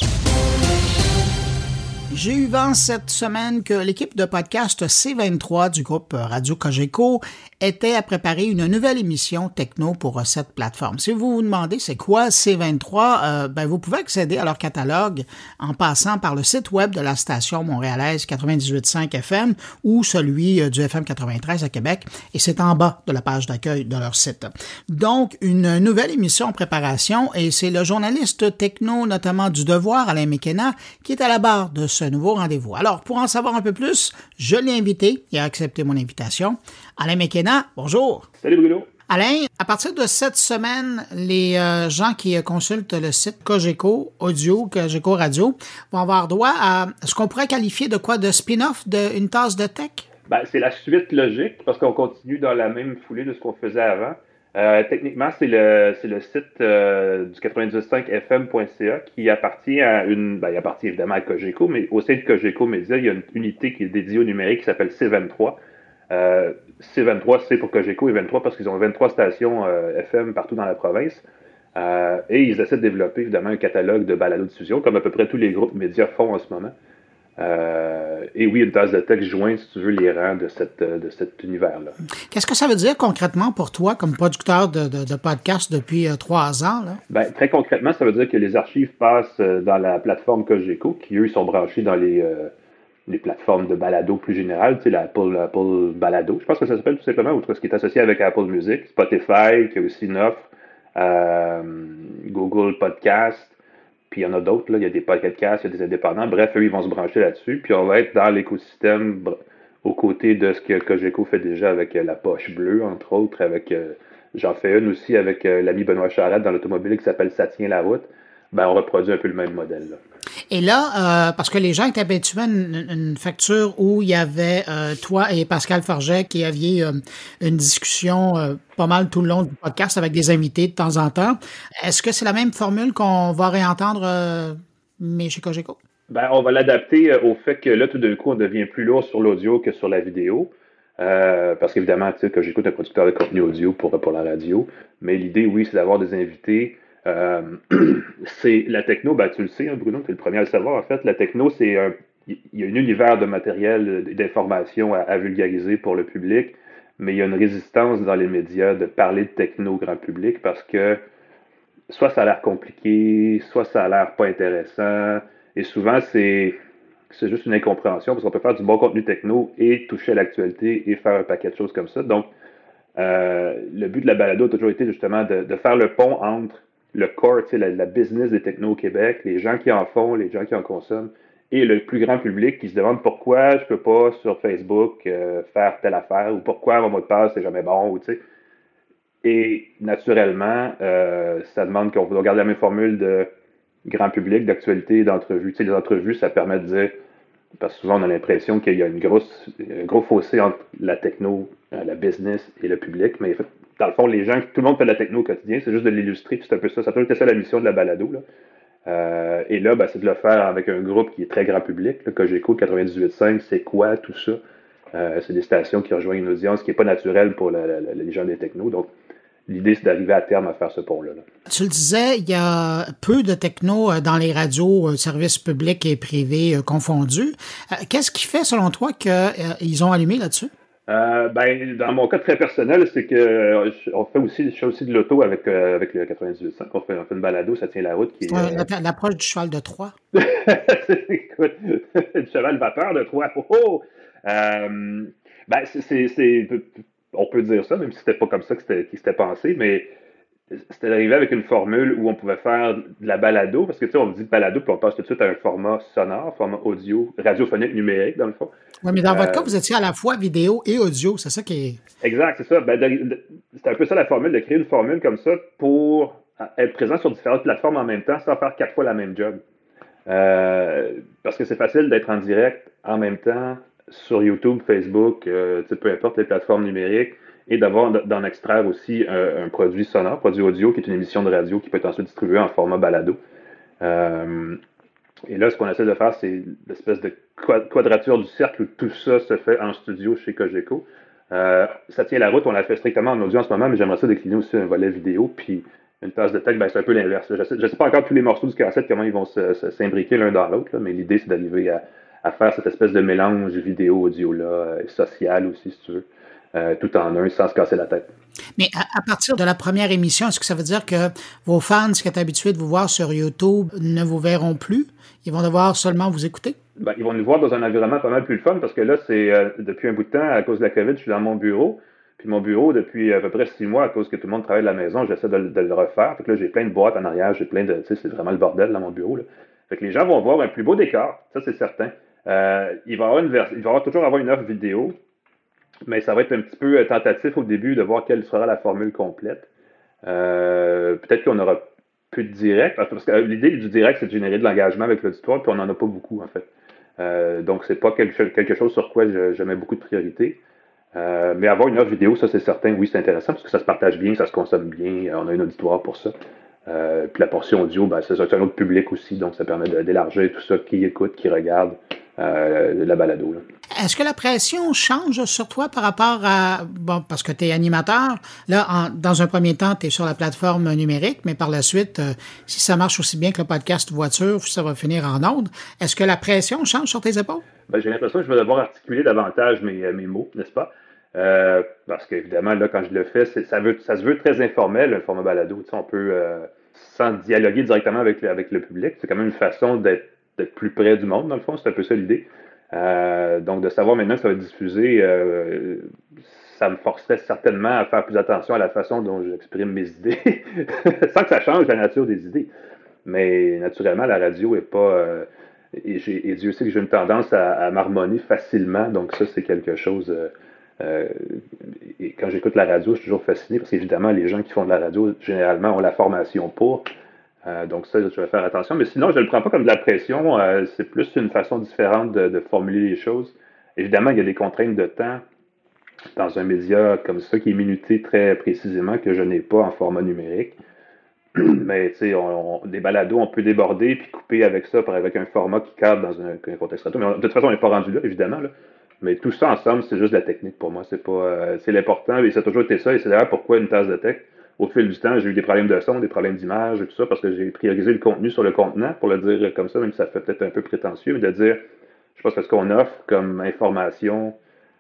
J'ai eu vent cette semaine que l'équipe de podcast C vingt-trois du groupe Radio Cogeco était à préparer une nouvelle émission techno pour cette plateforme. Si vous vous demandez c'est quoi C vingt-trois, euh, ben vous pouvez accéder à leur catalogue en passant par le site web de la station montréalaise quatre-vingt-dix-huit virgule cinq F M ou celui du F M quatre-vingt-treize à Québec, et c'est en bas de la page d'accueil de leur site. Donc, une nouvelle émission en préparation, et c'est le journaliste techno, notamment du Devoir, Alain McKenna, qui est à la barre de ce nouveau rendez-vous. Alors, pour en savoir un peu plus, je l'ai invité, il a accepté mon invitation. Alain McKenna, bonjour. Salut Bruno. Alain, à partir de cette semaine, les euh, gens qui consultent le site Cogeco Audio, Cogeco Radio, vont avoir droit à ce qu'on pourrait qualifier de quoi? De spin-off d'une tasse de tech? Ben, c'est la suite logique, parce qu'on continue dans la même foulée de ce qu'on faisait avant. Euh, techniquement, c'est le, c'est le site euh, du quatre-vingt-dix virgule cinq F M point C A qui appartient à une, ben, il appartient évidemment à Cogeco, mais au sein de Cogeco Média, il y a une unité qui est dédiée au numérique qui s'appelle C vingt-trois. Euh, C vingt-trois, c'est pour Cogeco et vingt-trois parce qu'ils ont vingt-trois stations euh, F M partout dans la province. Euh, et ils essaient de développer évidemment un catalogue de balado-diffusion, comme à peu près tous les groupes médias font en ce moment. Euh, et oui, une tasse de texte jointe, si tu veux, les rangs de, cette, de cet univers-là. Qu'est-ce que ça veut dire concrètement pour toi, comme producteur de, de, de podcast depuis euh, trois ans? Là? Ben, très concrètement, ça veut dire que les archives passent dans la plateforme Cogeco, qui, eux, sont branchés dans les, euh, les plateformes de balado plus générales, tu sais, l'Apple Apple Balado. Je pense que ça s'appelle tout simplement, ou ce qui est associé avec Apple Music, Spotify, qui a aussi une offre, euh, Google Podcast. Puis il y en a d'autres, là. Il y a des podcasts, il y a des indépendants. Bref, eux, ils vont se brancher là-dessus. Puis on va être dans l'écosystème aux côtés de ce que Cogeco fait déjà avec euh, la poche bleue, entre autres. Avec euh, j'en fais une aussi avec euh, l'ami Benoît Charette dans l'automobile qui s'appelle Ça tient la route. Ben, on reproduit un peu le même modèle, là. Et là, euh, parce que les gens étaient habitués à une, une facture où il y avait euh, toi et Pascal Forget qui aviez euh, une discussion euh, pas mal tout le long du podcast avec des invités de temps en temps. Est-ce que c'est la même formule qu'on va réentendre euh, mais chez Cogeco? Ben, on va l'adapter au fait que là, tout d'un coup, on devient plus lourd sur l'audio que sur la vidéo. Euh, parce qu'évidemment, tu sais, Cogeco est un producteur de contenu audio pour, pour la radio. Mais l'idée, oui, c'est d'avoir des invités. Euh, c'est la techno, ben, tu le sais, hein, Bruno, tu es le premier à le savoir. En fait, la techno, c'est un, il y a un univers de matériel, d'information à, à vulgariser pour le public, mais il y a une résistance dans les médias de parler de techno au grand public parce que soit ça a l'air compliqué, soit ça a l'air pas intéressant, et souvent c'est, c'est juste une incompréhension parce qu'on peut faire du bon contenu techno et toucher à l'actualité et faire un paquet de choses comme ça. Donc, euh, le but de la balado a toujours été justement de, de faire le pont entre le core, tu sais, la, la business des technos au Québec, les gens qui en font, les gens qui en consomment, et le plus grand public qui se demande pourquoi je peux pas sur Facebook euh, faire telle affaire, ou pourquoi mon mot de passe c'est jamais bon, ou tu sais. Et naturellement, euh, ça demande qu'on va garder la même formule de grand public, d'actualité, d'entrevue. Tu sais, les entrevues, ça permet de dire, parce que souvent on a l'impression qu'il y a une grosse, un gros fossé entre la techno, la business et le public, mais dans le fond, les gens, tout le monde fait de la techno au quotidien, c'est juste de l'illustrer, puis c'est un peu ça. Ça a toujours été ça la mission de la balado, là. Euh, et là, ben, c'est de le faire avec un groupe qui est très grand public, là, Cogeco quatre-vingt-dix-huit virgule cinq, c'est quoi tout ça? Euh, c'est des stations qui rejoignent une audience qui n'est pas naturelle pour la, la, la, les gens des technos. Donc, l'idée, c'est d'arriver à terme à faire ce pont-là, là. Tu le disais, il y a peu de techno dans les radios, services publics et privés confondus. Qu'est-ce qui fait, selon toi, qu'ils ont allumé là-dessus? Euh, ben, dans mon cas très personnel, c'est que euh, je- on fait aussi, je fais aussi de l'auto avec, euh, avec le quatre-vingt-dix-huit cinq. On fait, on fait une balado, ça tient la route qui C'est est. un- euh, la- l'approche du cheval de Troie. Écoute, le cheval vapeur de toi. Oh, oh! Euh, ben, c'est, c'est, c'est- on peut dire ça, même si c'était pas comme ça que c'était, qu'il s'était pensé, mais c'était d'arriver avec une formule où on pouvait faire de la balado, parce que tu sais, on dit balado, puis on passe tout de suite à un format sonore, format audio, radiophonique numérique, dans le fond. Oui, mais dans votre cas, Euh, vous étiez à la fois vidéo et audio. C'est ça qui est. exact, c'est ça. Ben, de- de- c'est un peu ça la formule, de créer une formule comme ça pour être présent sur différentes plateformes en même temps sans faire quatre fois la même job. Euh, parce que c'est facile d'être en direct en même temps sur YouTube, Facebook, euh, tu sais, peu importe les plateformes numériques, et d'avoir d'en extraire aussi un, un produit sonore, produit audio, qui est une émission de radio qui peut être ensuite distribuée en format balado. Euh, et là, ce qu'on essaie de faire, c'est l'espèce de quadrature du cercle où tout ça se fait en studio chez Cogeco. Euh, ça tient la route, on l'a fait strictement en audio en ce moment, mais j'aimerais ça décliner aussi un volet vidéo, puis une tasse de tech, ben, c'est un peu l'inverse. Je ne sais, je sais pas encore tous les morceaux du cassette, comment ils vont se- se- s'imbriquer l'un dans l'autre, là, mais l'idée, c'est d'arriver à, à faire cette espèce de mélange vidéo-audio-là, euh, social aussi, si tu veux, euh, tout en un, sans se casser la tête. Mais à, à partir de la première émission, est-ce que ça veut dire que vos fans qui étaient habitués de vous voir sur YouTube ne vous verront plus? Ils vont devoir seulement vous écouter? Ben, ils vont nous voir dans un environnement pas mal plus le fun parce que là, c'est euh, depuis un bout de temps, à cause de la COVID, je suis dans mon bureau. Puis mon bureau, depuis à peu près six mois, à cause que tout le monde travaille de la maison, j'essaie de, de le refaire. Fait que là, j'ai plein de boîtes en arrière, j'ai plein de. Tu sais, c'est vraiment le bordel dans mon bureau. Là. Fait que les gens vont voir un plus beau décor, ça c'est certain. Euh, il va y avoir une vers... il va y avoir toujours avoir une offre vidéo, mais ça va être un petit peu tentatif au début de voir quelle sera la formule complète. Euh, peut-être qu'on aura plus de direct, parce que l'idée du direct, c'est de générer de l'engagement avec l'auditoire, puis on n'en a pas beaucoup en fait. Euh, donc, c'est pas quelque, quelque chose sur quoi je, je mets beaucoup de priorité. Euh, mais avoir une offre vidéo, ça c'est certain, oui, c'est intéressant parce que ça se partage bien, ça se consomme bien, on a un auditoire pour ça. Euh, puis la portion audio, ben, c'est un autre public aussi, donc ça permet d'élargir tout ça, qui écoute, qui regarde euh, la balado. Là. Est-ce que la pression change sur toi par rapport à... Bon, parce que tu es animateur. Là, en, dans un premier temps, tu es sur la plateforme numérique, mais par la suite, euh, si ça marche aussi bien que le podcast voiture, ça va finir en ondes. Est-ce que la pression change sur tes épaules? Ben, j'ai l'impression que je vais devoir articuler davantage mes, mes mots, n'est-ce pas? Euh, parce qu'évidemment, là, quand je le fais, ça, veut, ça se veut très informel, un format balado. Tu sais, on peut, euh, sans dialoguer directement avec, avec le public, c'est quand même une façon d'être plus près du monde, dans le fond, c'est un peu ça l'idée. Euh, donc, de savoir maintenant que ça va être diffusé, euh, ça me forcerait certainement à faire plus attention à la façon dont j'exprime mes idées, sans que ça change la nature des idées. Mais naturellement, la radio est pas... Euh, et, et Dieu sait que j'ai une tendance à, à m'harmonier facilement, donc ça, c'est quelque chose... Euh, euh, et quand j'écoute la radio, je suis toujours fasciné parce qu'évidemment, les gens qui font de la radio, généralement, ont la formation pour. Euh, donc ça, je vais faire attention. Mais sinon, je ne le prends pas comme de la pression. Euh, c'est plus une façon différente de, de formuler les choses. Évidemment, il y a des contraintes de temps dans un média comme ça qui est minuté très précisément que je n'ai pas en format numérique. Mais tu sais, on, on, des balados, on peut déborder puis couper avec ça, avec un format qui cadre dans un, un contexte radio. Mais on, de toute façon, on n'est pas rendu là, évidemment. Là. Mais tout ça ensemble, c'est juste de la technique pour moi. C'est pas, euh, c'est l'important et ça a toujours été ça. Et c'est d'ailleurs pourquoi une tasse de tech. Au fil du temps, j'ai eu des problèmes de son, des problèmes d'image et tout ça parce que j'ai priorisé le contenu sur le contenant, pour le dire comme ça, même si ça fait peut-être un peu prétentieux, mais de dire, je pense que ce qu'on offre comme information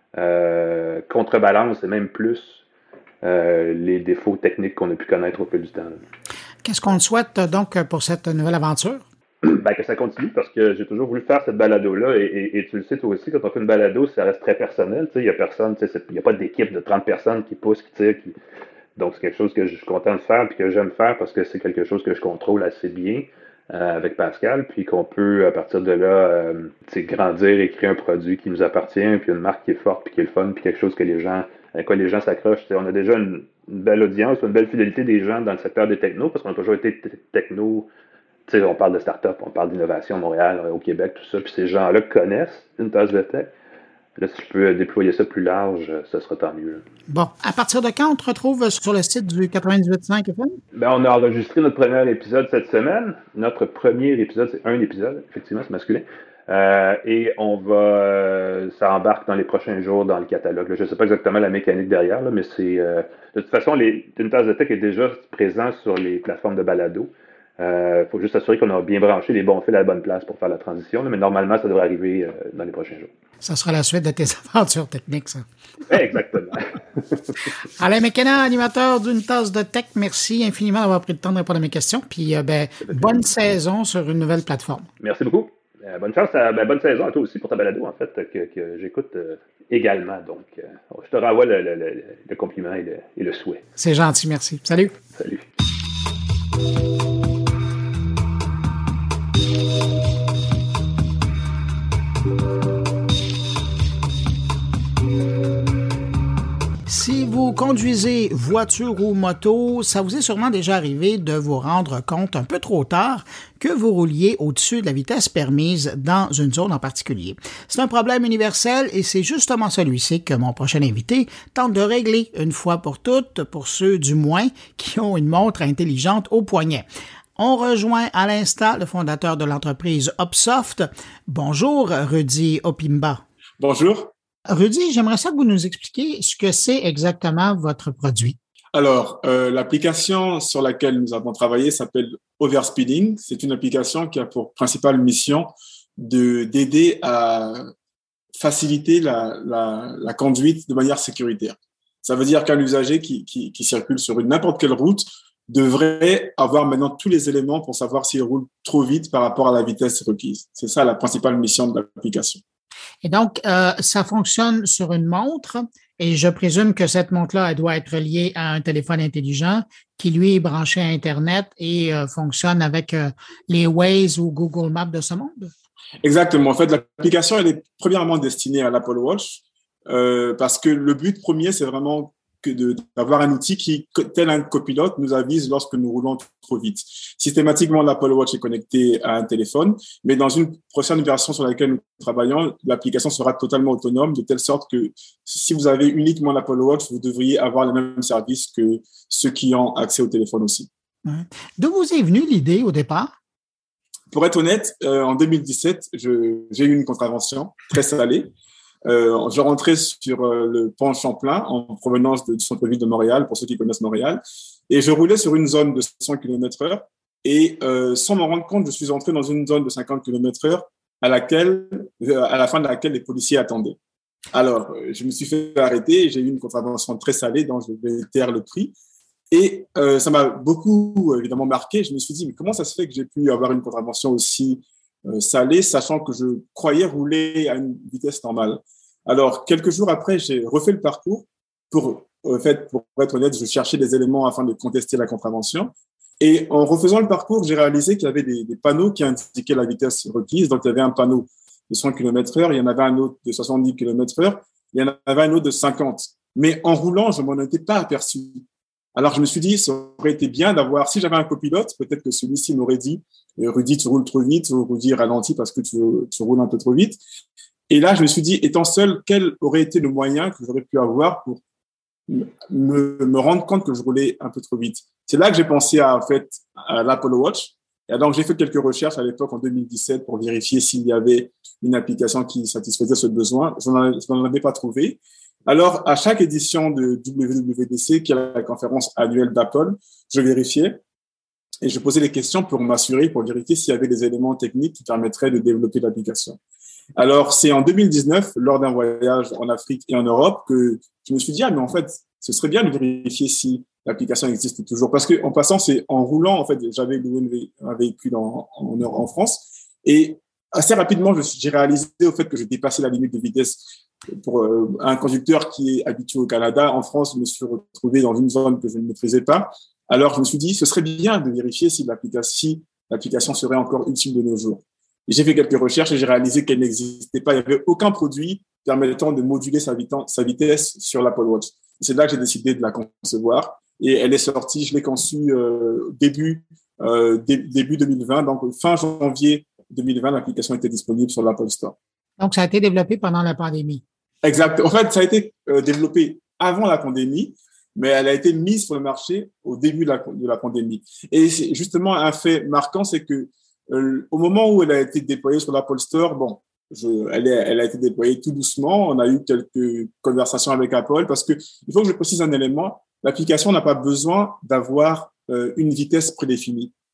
euh, contrebalance et même plus euh, les défauts techniques qu'on a pu connaître au fil du temps. Là. Qu'est-ce qu'on te souhaite donc pour cette nouvelle aventure? Ben, que ça continue parce que j'ai toujours voulu faire cette balado-là et, et, et tu le sais toi aussi, quand on fait une balado, ça reste très personnel. Il n'y a personne, il n'y a pas d'équipe de trente personnes qui poussent, qui tirent. Qui... Donc c'est quelque chose que je suis content de faire et que j'aime faire parce que c'est quelque chose que je contrôle assez bien euh, avec Pascal, puis qu'on peut à partir de là euh, grandir et créer un produit qui nous appartient, puis une marque qui est forte, puis qui est le fun, puis quelque chose que les gens, avec quoi les gens s'accrochent. On a déjà une, une belle audience, une belle fidélité des gens dans le secteur des technos parce qu'on a toujours été techno. Tu sais, on parle de start-up, on parle d'innovation à Montréal, au Québec, tout ça, puis ces gens-là connaissent une tasse de tech. Là, si je peux déployer ça plus large, ce sera tant mieux. Bon, à partir de quand on te retrouve sur le site du quatre-vingt-dix-huit cinq F M? Ben, on a enregistré notre premier épisode cette semaine. Notre premier épisode, c'est un épisode, effectivement, c'est masculin. Euh, et on va, euh, ça embarque dans les prochains jours dans le catalogue. Là, je ne sais pas exactement la mécanique derrière, là, mais c'est, euh, de toute façon, les, une tasse de tech est déjà présent sur les plateformes de balado. Il faut juste s'assurer qu'on a bien branché les bons fils à la bonne place pour faire la transition, là, mais normalement, ça devrait arriver euh, dans les prochains jours. Ça sera la suite de tes aventures techniques, ça. Exactement. Alain McKenna, animateur d'une tasse de tech, merci infiniment d'avoir pris le temps de répondre à mes questions. Puis, euh, ben, bonne saison sur une nouvelle plateforme. Merci beaucoup. Euh, bonne chance, à, ben, bonne saison à toi aussi pour ta balado, en fait, que, que j'écoute euh, également. Donc, euh, je te renvoie le, le, le, le compliment et le, et le souhait. C'est gentil, merci. Salut. Salut. Si vous conduisez voiture ou moto, ça vous est sûrement déjà arrivé de vous rendre compte un peu trop tard que vous rouliez au-dessus de la vitesse permise dans une zone en particulier. C'est un problème universel et c'est justement celui-ci que mon prochain invité tente de régler une fois pour toutes, pour ceux du moins qui ont une montre intelligente au poignet. On rejoint à l'instant le fondateur de l'entreprise Upsoft. Bonjour, Rudy Opimba. Bonjour. Rudy, j'aimerais ça que vous nous expliquiez ce que c'est exactement votre produit. Alors, euh, l'application sur laquelle nous avons travaillé s'appelle Overspeeding. C'est une application qui a pour principale mission de d'aider à faciliter la, la, la conduite de manière sécuritaire. Ça veut dire qu'un usager qui, qui, qui circule sur une n'importe quelle route devrait avoir maintenant tous les éléments pour savoir s'il roule trop vite par rapport à la vitesse requise. C'est ça la principale mission de l'application. Et donc, euh, ça fonctionne sur une montre et je présume que cette montre-là, elle doit être reliée à un téléphone intelligent qui, lui, est branché à Internet et euh, fonctionne avec euh, les Waze ou Google Maps de ce monde? Exactement. En fait, l'application, elle est premièrement destinée à l'Apple Watch euh, parce que le but premier, c'est vraiment que de, d'avoir un outil qui, tel un copilote, nous avise lorsque nous roulons trop vite. Systématiquement, l'Apple Watch est connecté à un téléphone, mais dans une prochaine version sur laquelle nous travaillons, l'application sera totalement autonome, de telle sorte que si vous avez uniquement l'Apple Watch, vous devriez avoir les mêmes services que ceux qui ont accès au téléphone aussi. Ouais. D'où vous est venue l'idée au départ? Pour être honnête, euh, en deux mille dix-sept, je, j'ai eu une contravention très salée. Euh, je rentrais sur euh, le pont Champlain en provenance de, du centre-ville de Montréal, pour ceux qui connaissent Montréal, et je roulais sur une zone de cent kilomètres heure et euh, sans m'en rendre compte, je suis entré dans une zone de cinquante kilomètres heure à laquelle, euh, à la fin de laquelle les policiers attendaient. Alors, euh, je me suis fait arrêter, j'ai eu une contravention très salée, donc je vais taire le prix. Et euh, ça m'a beaucoup, évidemment, marqué. Je me suis dit, mais comment ça se fait que j'ai pu avoir une contravention aussi Euh, salé, sachant que je croyais rouler à une vitesse normale. Alors, quelques jours après, j'ai refait le parcours. Pour, en fait, pour être honnête, je cherchais des éléments afin de contester la contravention. Et en refaisant le parcours, j'ai réalisé qu'il y avait des, des panneaux qui indiquaient la vitesse requise. Donc, il y avait un panneau de cent kilomètres heure, il y en avait un autre de soixante-dix kilomètres heure, il y en avait un autre de cinquante. Mais en roulant, je m'en étais pas aperçu. Alors, je me suis dit, ça aurait été bien d'avoir, si j'avais un copilote, peut-être que celui-ci m'aurait dit, Rudy, tu roules trop vite, ou Rudy, ralentis parce que tu, tu roules un peu trop vite. Et là, je me suis dit, étant seul, quel aurait été le moyen que j'aurais pu avoir pour me, me rendre compte que je roulais un peu trop vite? C'est là que j'ai pensé à, en fait, à l'Apple Watch. Et donc, j'ai fait quelques recherches à l'époque, en deux mille dix-sept, pour vérifier s'il y avait une application qui satisfaisait ce besoin. Je n'en avais pas trouvé. Alors, à chaque édition de W W D C, qui est la conférence annuelle d'Apple, je vérifiais et je posais des questions pour m'assurer, pour vérifier s'il y avait des éléments techniques qui permettraient de développer l'application. Alors, c'est en deux mille dix-neuf, lors d'un voyage en Afrique et en Europe, que je me suis dit, ah, mais en fait, ce serait bien de vérifier si l'application existe toujours. Parce que, en passant, c'est en roulant, en fait, j'avais loué un véhicule en, en, en France et assez rapidement, j'ai réalisé au fait que je dépassais la limite de vitesse. Pour euh, un conducteur qui est habitué au Canada, en France, je me suis retrouvé dans une zone que je ne maîtrisais pas. Alors, je me suis dit, ce serait bien de vérifier si l'application, si l'application serait encore utile de nos jours. Et j'ai fait quelques recherches et j'ai réalisé qu'elle n'existait pas. Il n'y avait aucun produit permettant de moduler sa, vita- sa vitesse sur l'Apple Watch. C'est là que j'ai décidé de la concevoir. Et elle est sortie, je l'ai conçue euh, début, euh, dé- début deux mille vingt. Donc, fin janvier deux mille vingt, l'application était disponible sur l'Apple Store. Donc, ça a été développé pendant la pandémie. Exact. En fait, ça a été euh, développé avant la pandémie, mais elle a été mise sur le marché au début de la, de la pandémie. Et c'est justement un fait marquant, c'est que euh, au moment où elle a été déployée sur l'Apple Store, bon, je, elle, est, elle a été déployée tout doucement. On a eu quelques conversations avec Apple parce que il faut que je précise un élément. L'application n'a pas besoin d'avoir euh, une vitesse prédéfinie.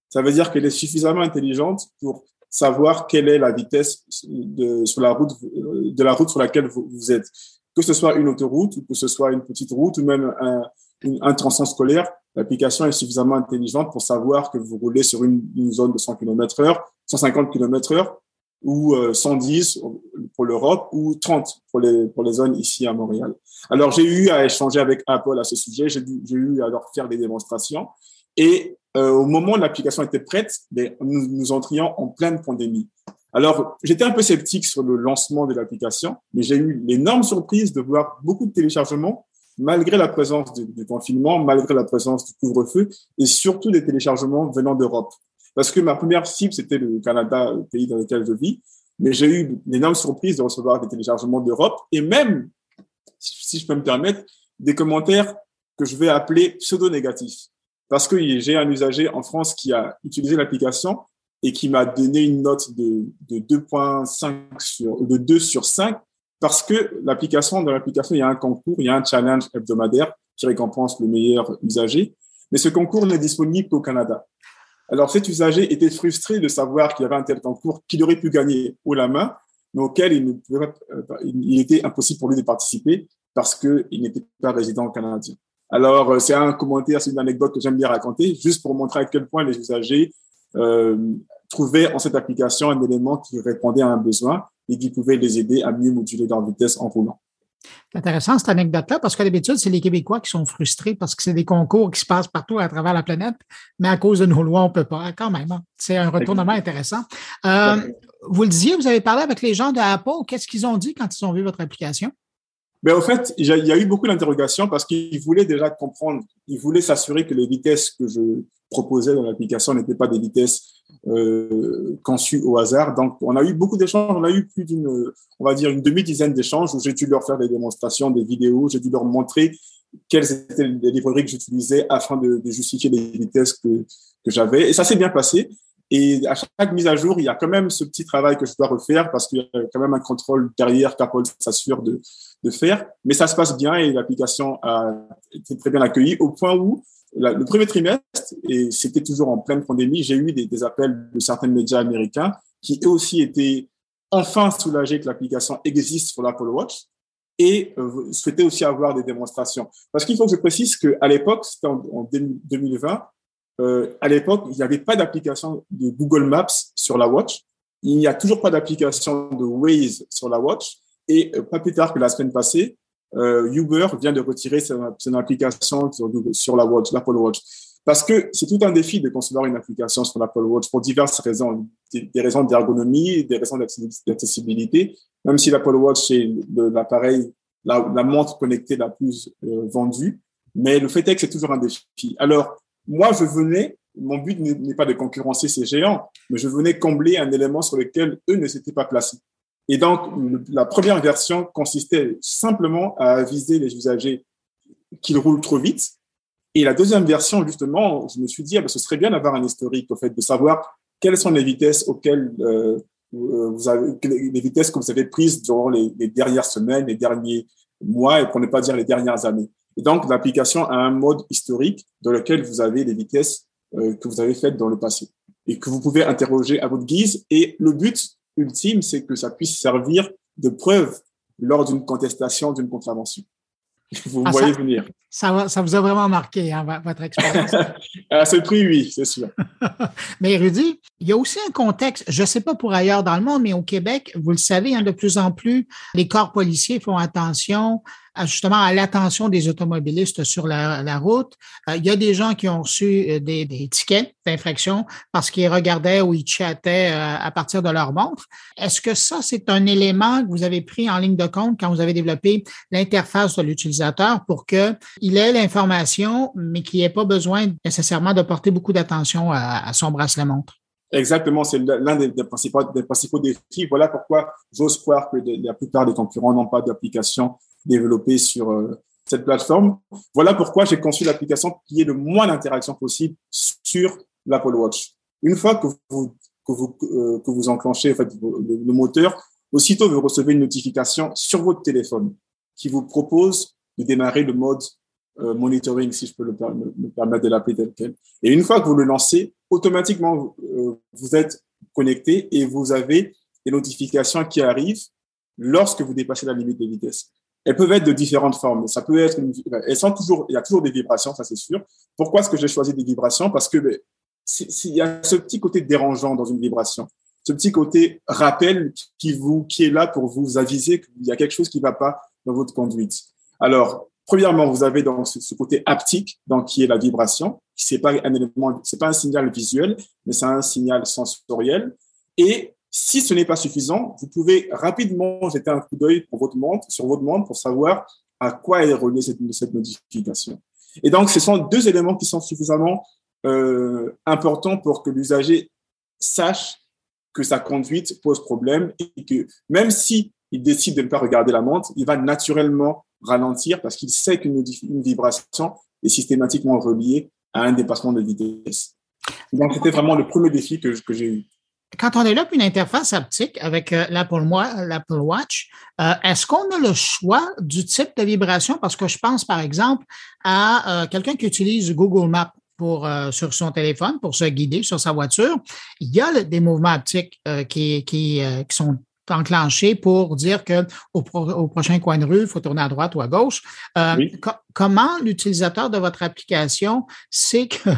Ça veut dire qu'elle est suffisamment intelligente pour savoir quelle est la vitesse de, sur la route, de la route sur laquelle vous, vous êtes. Que ce soit une autoroute, ou que ce soit une petite route, ou même un, une, un tronçon scolaire, l'application est suffisamment intelligente pour savoir que vous roulez sur une, une zone de cent kilomètres heure, cent cinquante kilomètres heure, ou euh, cent dix pour l'Europe, ou trente pour les, pour les zones ici à Montréal. Alors, j'ai eu à échanger avec Apple à ce sujet, j'ai, j'ai eu à leur faire des démonstrations, et euh, au moment où l'application était prête, ben, nous, nous entrions en pleine pandémie. Alors, j'étais un peu sceptique sur le lancement de l'application, mais j'ai eu l'énorme surprise de voir beaucoup de téléchargements, malgré la présence du, du confinement, malgré la présence du couvre-feu, et surtout des téléchargements venant d'Europe. Parce que ma première cible, c'était le Canada, le pays dans lequel je vis, mais j'ai eu l'énorme surprise de recevoir des téléchargements d'Europe, et même, si je peux me permettre, des commentaires que je vais appeler pseudo-négatifs. Parce que j'ai un usager en France qui a utilisé l'application et qui m'a donné une note de, de deux virgule cinq sur, de deux sur cinq, parce que l'application, dans l'application, il y a un concours, il y a un challenge hebdomadaire qui récompense le meilleur usager. Mais ce concours n'est disponible qu'au Canada. Alors, cet usager était frustré de savoir qu'il y avait un tel concours qu'il aurait pu gagner haut la main, mais auquel il, ne pouvait, il était impossible pour lui de participer parce qu'il n'était pas résident canadien. Alors, c'est un commentaire, c'est une anecdote que j'aime bien raconter, juste pour montrer à quel point les usagers euh, trouvaient en cette application un élément qui répondait à un besoin et qui pouvait les aider à mieux moduler leur vitesse en roulant. C'est intéressant cette anecdote-là parce qu'à l'habitude, c'est les Québécois qui sont frustrés parce que c'est des concours qui se passent partout à travers la planète, mais à cause de nos lois, on ne peut pas. Quand même, c'est un retournement intéressant. Euh, vous le disiez, vous avez parlé avec les gens de Apple. Qu'est-ce qu'ils ont dit quand ils ont vu votre application? Ben, au fait, il y a eu beaucoup d'interrogations parce qu'ils voulaient déjà comprendre, ils voulaient s'assurer que les vitesses que je proposais dans l'application n'étaient pas des vitesses euh, conçues au hasard. Donc, on a eu beaucoup d'échanges, on a eu plus d'une, on va dire, une demi-dizaine d'échanges où j'ai dû leur faire des démonstrations, des vidéos, j'ai dû leur montrer quelles étaient les librairies que j'utilisais afin de, de justifier les vitesses que, que j'avais. Et ça s'est bien passé. Et à chaque mise à jour, il y a quand même ce petit travail que je dois refaire parce qu'il y a quand même un contrôle derrière qu'Apple s'assure de, de faire. Mais ça se passe bien et l'application a été très bien accueillie au point où la, le premier trimestre, et c'était toujours en pleine pandémie, j'ai eu des, des appels de certains médias américains qui eux aussi étaient enfin soulagés que l'application existe sur l'Apple Watch et euh, souhaitaient aussi avoir des démonstrations. Parce qu'il faut que je précise qu'à l'époque, c'était en, en deux mille vingt, Euh, à l'époque, il n'y avait pas d'application de Google Maps sur la Watch. Il n'y a toujours pas d'application de Waze sur la Watch. Et euh, pas plus tard que la semaine passée, euh, Uber vient de retirer son, son application sur, sur la Watch, l'Apple Watch. Parce que c'est tout un défi de concevoir une application sur l'Apple Watch pour diverses raisons. Des, des raisons d'ergonomie, des raisons d'accessibilité. Même si l'Apple Watch est le, l'appareil, la, la montre connectée la plus euh, vendue. Mais le fait est que c'est toujours un défi. Alors, moi, je venais, mon but n'est pas de concurrencer ces géants, mais je venais combler un élément sur lequel eux ne s'étaient pas placés. Et donc, la première version consistait simplement à aviser les usagers qu'ils roulent trop vite. Et la deuxième version, justement, je me suis dit, ah ben, ce serait bien d'avoir un historique, au fait, de savoir quelles sont les vitesses auxquelles euh, vous avez, les vitesses que vous avez prises durant les, les dernières semaines, les derniers mois, et pour ne pas dire les dernières années. Et donc, l'application a un mode historique dans lequel vous avez les vitesses euh, que vous avez faites dans le passé et que vous pouvez interroger à votre guise. Et le but ultime, c'est que ça puisse servir de preuve lors d'une contestation, d'une contravention. Vous me ah, voyez ça, venir. Ça, ça vous a vraiment marqué, hein, votre expérience. À ce prix, oui, c'est sûr. Mais Rudy, il y a aussi un contexte, je ne sais pas pour ailleurs dans le monde, mais au Québec, vous le savez, hein, de plus en plus, les corps policiers font attention à, justement à l'attention des automobilistes sur la, la route. Euh, il y a des gens qui ont reçu des, des tickets d'infraction parce qu'ils regardaient ou ils chattaient euh, à partir de leur montre. Est-ce que ça, c'est un élément que vous avez pris en ligne de compte quand vous avez développé l'interface de l'utilisateur pour qu'il ait l'information, mais qu'il n'ait pas besoin nécessairement de porter beaucoup d'attention à, à son bracelet-montre? Exactement, c'est l'un des, des, principaux, des principaux défis. Voilà pourquoi j'ose croire que la plupart des concurrents n'ont pas d'application développée sur euh, cette plateforme. Voilà pourquoi j'ai conçu l'application qui ait le moins d'interaction possible sur l'Apple Watch. Une fois que vous, que vous, euh, que vous enclenchez en fait, le, le moteur, aussitôt vous recevez une notification sur votre téléphone qui vous propose de démarrer le mode euh, monitoring, si je peux le, me, me permettre de l'appeler tel quel. Et une fois que vous le lancez, automatiquement, euh, vous êtes connecté et vous avez des notifications qui arrivent lorsque vous dépassez la limite de vitesse. Elles peuvent être de différentes formes. Ça peut être, une, elles sont toujours, il y a toujours des vibrations, ça c'est sûr. Pourquoi est-ce que j'ai choisi des vibrations? Parce que ben, c'est, c'est, il y a ce petit côté dérangeant dans une vibration, ce petit côté rappel qui vous, qui est là pour vous aviser qu'il y a quelque chose qui ne va pas dans votre conduite. Alors, premièrement, vous avez donc ce, ce côté haptique, donc qui est la vibration. C'est pas un élément, c'est pas un signal visuel, mais c'est un signal sensoriel. Et si ce n'est pas suffisant, vous pouvez rapidement jeter un coup d'œil pour votre montre, sur votre montre pour savoir à quoi est reliée cette, cette notification. Et donc, ce sont deux éléments qui sont suffisamment euh, importants pour que l'usager sache que sa conduite pose problème et que même si il décide de ne pas regarder la montre, il va naturellement ralentir parce qu'il sait qu'une une vibration est systématiquement reliée à un dépassement de vitesse. Donc, c'était vraiment le premier défi que, que j'ai eu. Quand on développe une interface haptique avec euh, l'Apple, l'Apple Watch, euh, est-ce qu'on a le choix du type de vibration? Parce que je pense, par exemple, à euh, quelqu'un qui utilise Google Maps pour, euh, sur son téléphone pour se guider sur sa voiture. Il y a le, des mouvements haptiques euh, qui, qui, euh, qui sont enclenché pour dire que au, pro, au prochain coin de rue, il faut tourner à droite ou à gauche. Euh, oui. co- comment l'utilisateur de votre application sait que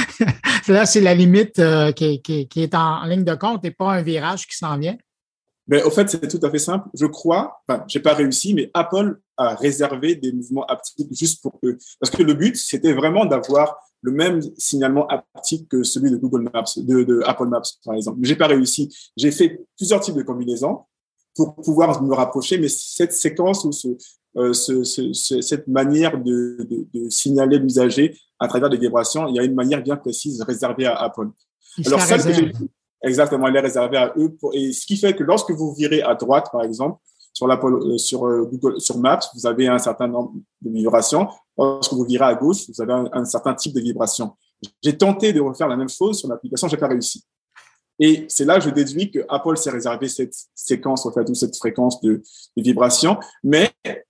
là, c'est la limite euh, qui, qui, qui est en, en ligne de compte et pas un virage qui s'en vient? Mais au fait, c'est tout à fait simple. Je crois, enfin, j'ai pas réussi, mais Apple a réservé des mouvements haptiques juste pour eux. Parce que le but, c'était vraiment d'avoir le même signalement haptique que celui de Google Maps, de, de Apple Maps, par exemple. Mais j'ai pas réussi. J'ai fait plusieurs types de combinaisons pour pouvoir me rapprocher, mais cette séquence ou ce, euh, ce, ce, ce, cette manière de, de, de signaler l'usager à travers des vibrations, il y a une manière bien précise réservée à Apple. Il Alors, celle que j'ai, exactement, elle est réservée à eux. Pour, et ce qui fait que lorsque vous virez à droite, par exemple, sur l'Apple, euh, sur euh, Google, sur Maps, vous avez un certain nombre de vibrations. Lorsque vous virez à gauche, vous avez un, un certain type de vibration. J'ai tenté de refaire la même chose sur l'application, j'ai pas réussi. Et c'est là que je déduis que Apple s'est réservé cette séquence, en fait, ou cette fréquence de, de vibration. Mais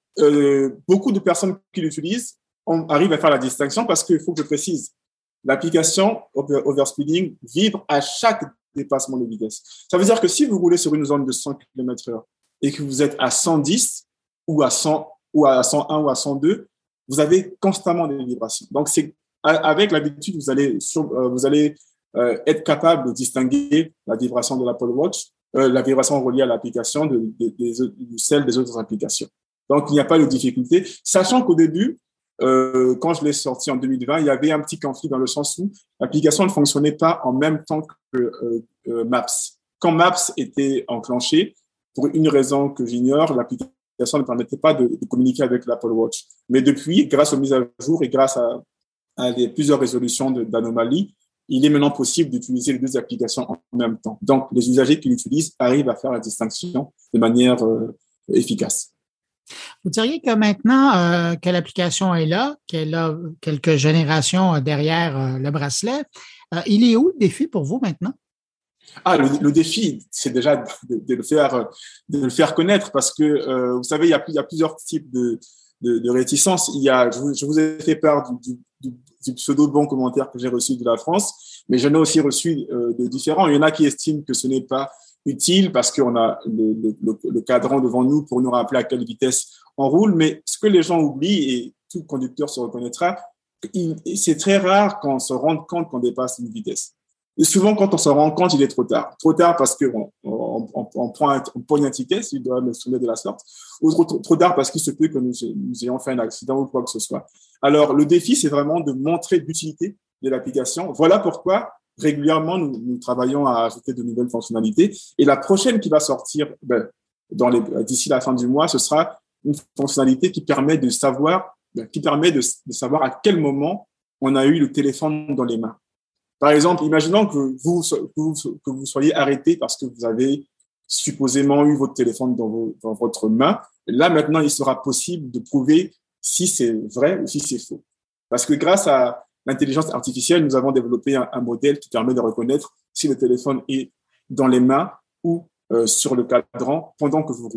euh, beaucoup de personnes qui l'utilisent on arrive à faire la distinction parce qu'il faut que je précise. L'application over, Overspeeding vibre à chaque dépassement de vitesse. Ça veut dire que si vous roulez sur une zone de cent kilomètres heure et que vous êtes à cent dix ou à cent ou à cent un ou à cent deux, vous avez constamment des vibrations. Donc, c'est avec l'habitude, vous allez, sur, euh, vous allez euh, être capable de distinguer la vibration de l'Apple Watch, euh, la vibration reliée à l'application de, de, de, de celle des autres applications. Donc, il n'y a pas de difficulté. Sachant qu'au début, euh, quand je l'ai sorti en deux mille vingt, il y avait un petit conflit dans le sens où l'application ne fonctionnait pas en même temps que euh, euh, Maps. Quand Maps était enclenché, pour une raison que j'ignore, l'application ne permettait pas de, de communiquer avec l'Apple Watch. Mais depuis, grâce aux mises à jour et grâce à, à des, plusieurs résolutions de, d'anomalies, il est maintenant possible d'utiliser les deux applications en même temps. Donc, les usagers qui l'utilisent arrivent à faire la distinction de manière euh, efficace. Vous diriez que maintenant euh, que l'application est là, qu'elle a quelques générations derrière euh, le bracelet, euh, il est où le défi pour vous maintenant? Ah, le, le défi, c'est déjà de, de, le faire, de le faire connaître parce que, euh, vous savez, il y, a, il y a plusieurs types de, de, de réticences. Il y a, je, vous, je vous ai fait part du, du, du pseudo de bons commentaires que j'ai reçu de la France, mais j'en ai aussi reçu euh, de différents. Il y en a qui estiment que ce n'est pas utile parce qu'on a le, le, le, le cadran devant nous pour nous rappeler à quelle vitesse on roule. Mais ce que les gens oublient, et tout conducteur se reconnaîtra, il, c'est très rare qu'on se rende compte qu'on dépasse une vitesse. Et souvent, quand on se rend compte, il est trop tard. Trop tard parce qu'on on, on, on prend un, on pogne un ticket, s'il doit me soumettre de la sorte, ou trop, trop, trop tard parce qu'il se peut que nous, nous ayons fait un accident ou quoi que ce soit. Alors, le défi, c'est vraiment de montrer l'utilité de l'application. Voilà pourquoi, régulièrement, nous, nous travaillons à ajouter de nouvelles fonctionnalités. Et la prochaine qui va sortir ben, dans les, d'ici la fin du mois, ce sera une fonctionnalité qui permet de savoir, ben, qui permet de, de savoir à quel moment on a eu le téléphone dans les mains. Par exemple, imaginons que vous, que vous soyez arrêté parce que vous avez supposément eu votre téléphone dans, vos, dans votre main. Là, maintenant, il sera possible de prouver si c'est vrai ou si c'est faux. Parce que grâce à l'intelligence artificielle, nous avons développé un, un modèle qui permet de reconnaître si le téléphone est dans les mains ou euh, sur le cadran pendant que vous roulez.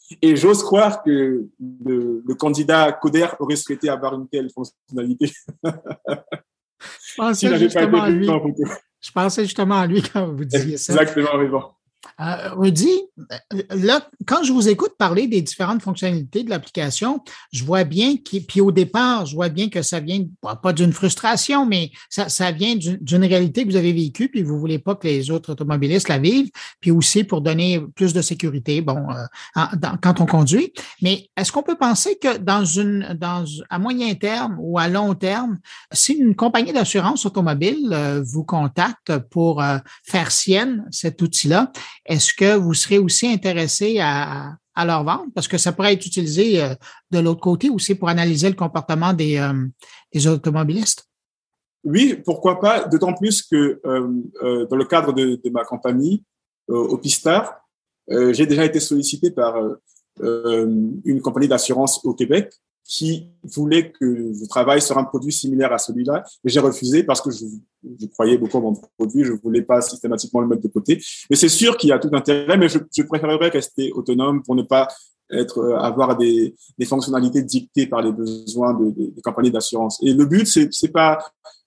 Et j'ose croire que le, le candidat Coder aurait souhaité avoir une telle fonctionnalité. Je pensais, justement à lui. Je pensais justement à lui quand vous disiez ça. Exactement, mais bon. Euh, Rudy, là, quand je vous écoute parler des différentes fonctionnalités de l'application, je vois bien que, puis au départ, je vois bien que ça vient, pas d'une frustration, mais ça, ça vient d'une, d'une réalité que vous avez vécue, puis vous voulez pas que les autres automobilistes la vivent, puis aussi pour donner plus de sécurité, bon, euh, en, dans, quand on conduit. Mais est-ce qu'on peut penser que dans une, dans, à moyen terme ou à long terme, si une compagnie d'assurance automobile euh, vous contacte pour euh, faire sienne cet outil-là, est-ce que vous serez aussi intéressé à, à leur vendre? Parce que ça pourrait être utilisé euh, de l'autre côté aussi pour analyser le comportement des, euh, des automobilistes. Oui, pourquoi pas, d'autant plus que euh, euh, dans le cadre de, de ma compagnie, euh, Opistar, euh, j'ai déjà été sollicité par euh, une compagnie d'assurance au Québec qui voulait que je travaille sur un produit similaire à celui-là, mais j'ai refusé parce que je, je croyais beaucoup à mon produit, je voulais pas systématiquement le mettre de côté. Mais c'est sûr qu'il y a tout intérêt, mais je, je préférerais rester autonome pour ne pas être, avoir des, des fonctionnalités dictées par les besoins de, de, des compagnies d'assurance. Et le but, c'est, c'est pas,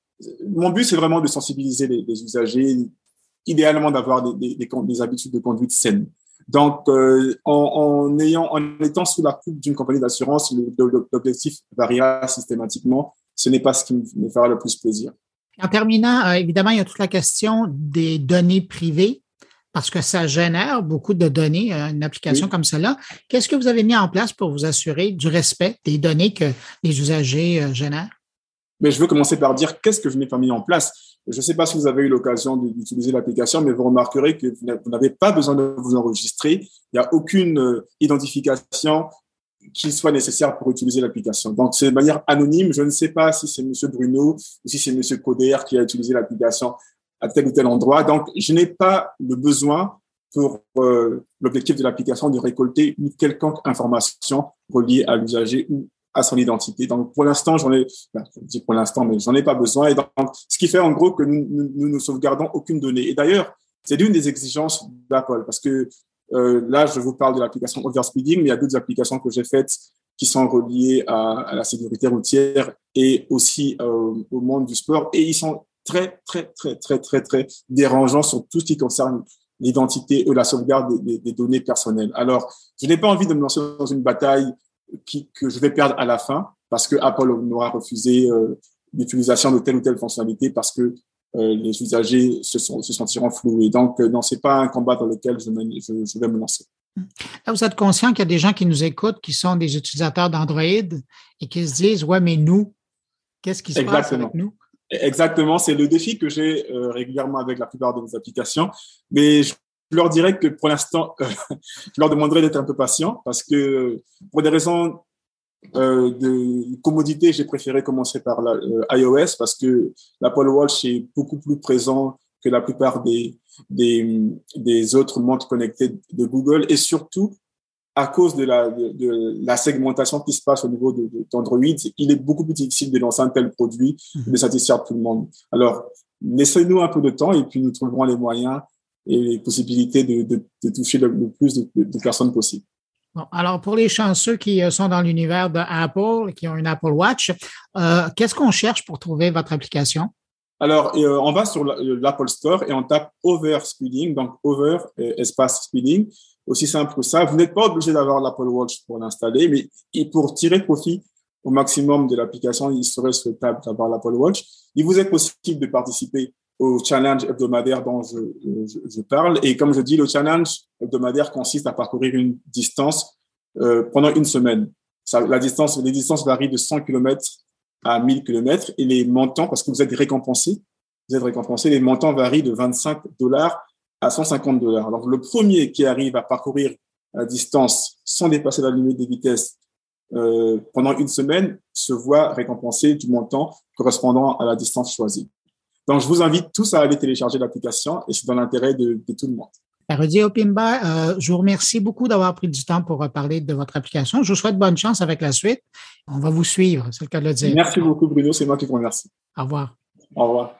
mon but, c'est vraiment de sensibiliser les, les usagers, idéalement d'avoir des, des, des, des habitudes de conduite saines. Donc, euh, en, en, ayant, en étant sous la coupe d'une compagnie d'assurance, l'objectif variera systématiquement. Ce n'est pas ce qui me fera le plus plaisir. En terminant, euh, évidemment, il y a toute la question des données privées, parce que ça génère beaucoup de données, euh, une application oui. comme celle-là. Qu'est-ce que vous avez mis en place pour vous assurer du respect des données que les usagers euh, génèrent? Mais je veux commencer par dire qu'est-ce que je n'ai pas mis en place. Je ne sais pas si vous avez eu l'occasion d'utiliser l'application, mais vous remarquerez que vous n'avez pas besoin de vous enregistrer. Il n'y a aucune identification qui soit nécessaire pour utiliser l'application. Donc, c'est de manière anonyme. Je ne sais pas si c'est M. Bruno ou si c'est M. Coder qui a utilisé l'application à tel ou tel endroit. Donc, je n'ai pas le besoin pour euh, l'objectif de l'application de récolter une quelconque information reliée à l'usager ou à son identité. Donc, pour l'instant, j'en ai, ben, je dis pour l'instant, mais j'en ai pas besoin. Et donc, ce qui fait en gros que nous, nous, nous ne sauvegardons aucune donnée. Et d'ailleurs, c'est l'une des exigences d'Apple parce que euh, là, je vous parle de l'application Overspeeding, mais il y a d'autres applications que j'ai faites qui sont reliées à, à la sécurité routière et aussi euh, au monde du sport. Et ils sont très, très, très, très, très, très dérangeants sur tout ce qui concerne l'identité ou la sauvegarde des, des, des données personnelles. Alors, je n'ai pas envie de me lancer dans une bataille Qui, que je vais perdre à la fin parce que Apple m'aura refusé euh, l'utilisation de telle ou telle fonctionnalité parce que euh, les usagers se, sont, se sentiront floués. Donc, euh, non, c'est pas un combat dans lequel je, me, je, je vais me lancer. Là, vous êtes conscient qu'il y a des gens qui nous écoutent qui sont des utilisateurs d'Android et qui se disent, ouais, mais nous, qu'est-ce qui se Exactement. passe avec nous? Exactement, c'est le défi que j'ai euh, régulièrement avec la plupart de mes applications. Mais je Je leur dirais que pour l'instant, euh, je leur demanderai d'être un peu patient parce que pour des raisons euh, de commodité, j'ai préféré commencer par la, euh, iOS parce que l'Apple Watch est beaucoup plus présent que la plupart des, des, des autres montres connectées de Google et surtout à cause de la, de, de la segmentation qui se passe au niveau de, de, d'Android, il est beaucoup plus difficile de lancer un tel produit et de satisfaire tout le monde. Alors, laissez-nous un peu de temps et puis nous trouverons les moyens et les possibilités de, de, de toucher le, le plus de, de, de personnes possible. Bon, alors, pour les chanceux qui sont dans l'univers d'Apple, qui ont une Apple Watch, euh, qu'est-ce qu'on cherche pour trouver votre application? Alors, euh, on va sur l'Apple Store et on tape Overspeeding, donc Over, euh, espace Speeding. Aussi simple que ça. Vous n'êtes pas obligé d'avoir l'Apple Watch pour l'installer, mais et pour tirer profit au maximum de l'application, il serait souhaitable d'avoir l'Apple Watch. Il vous est possible de participer au challenge hebdomadaire dont je, je, je parle. Et comme je dis, le challenge hebdomadaire consiste à parcourir une distance euh, pendant une semaine. Ça, la distance, les distances varient de cent kilomètres à mille kilomètres et les montants, parce que vous êtes récompensé, vous êtes récompensé, les montants varient de vingt-cinq dollars à cent cinquante dollars. Alors, le premier qui arrive à parcourir la distance sans dépasser la limite de vitesse euh, pendant une semaine se voit récompensé du montant correspondant à la distance choisie. Donc, je vous invite tous à aller télécharger l'application et c'est dans l'intérêt de, de tout le monde. Rudy Opimba, euh, je vous remercie beaucoup d'avoir pris du temps pour parler de votre application. Je vous souhaite bonne chance avec la suite. On va vous suivre, c'est le cas de le dire. Merci beaucoup, Bruno. C'est moi qui vous remercie. Au revoir. Au revoir.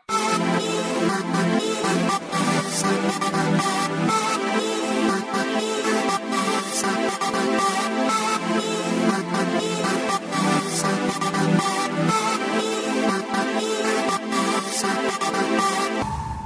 We'll be right back.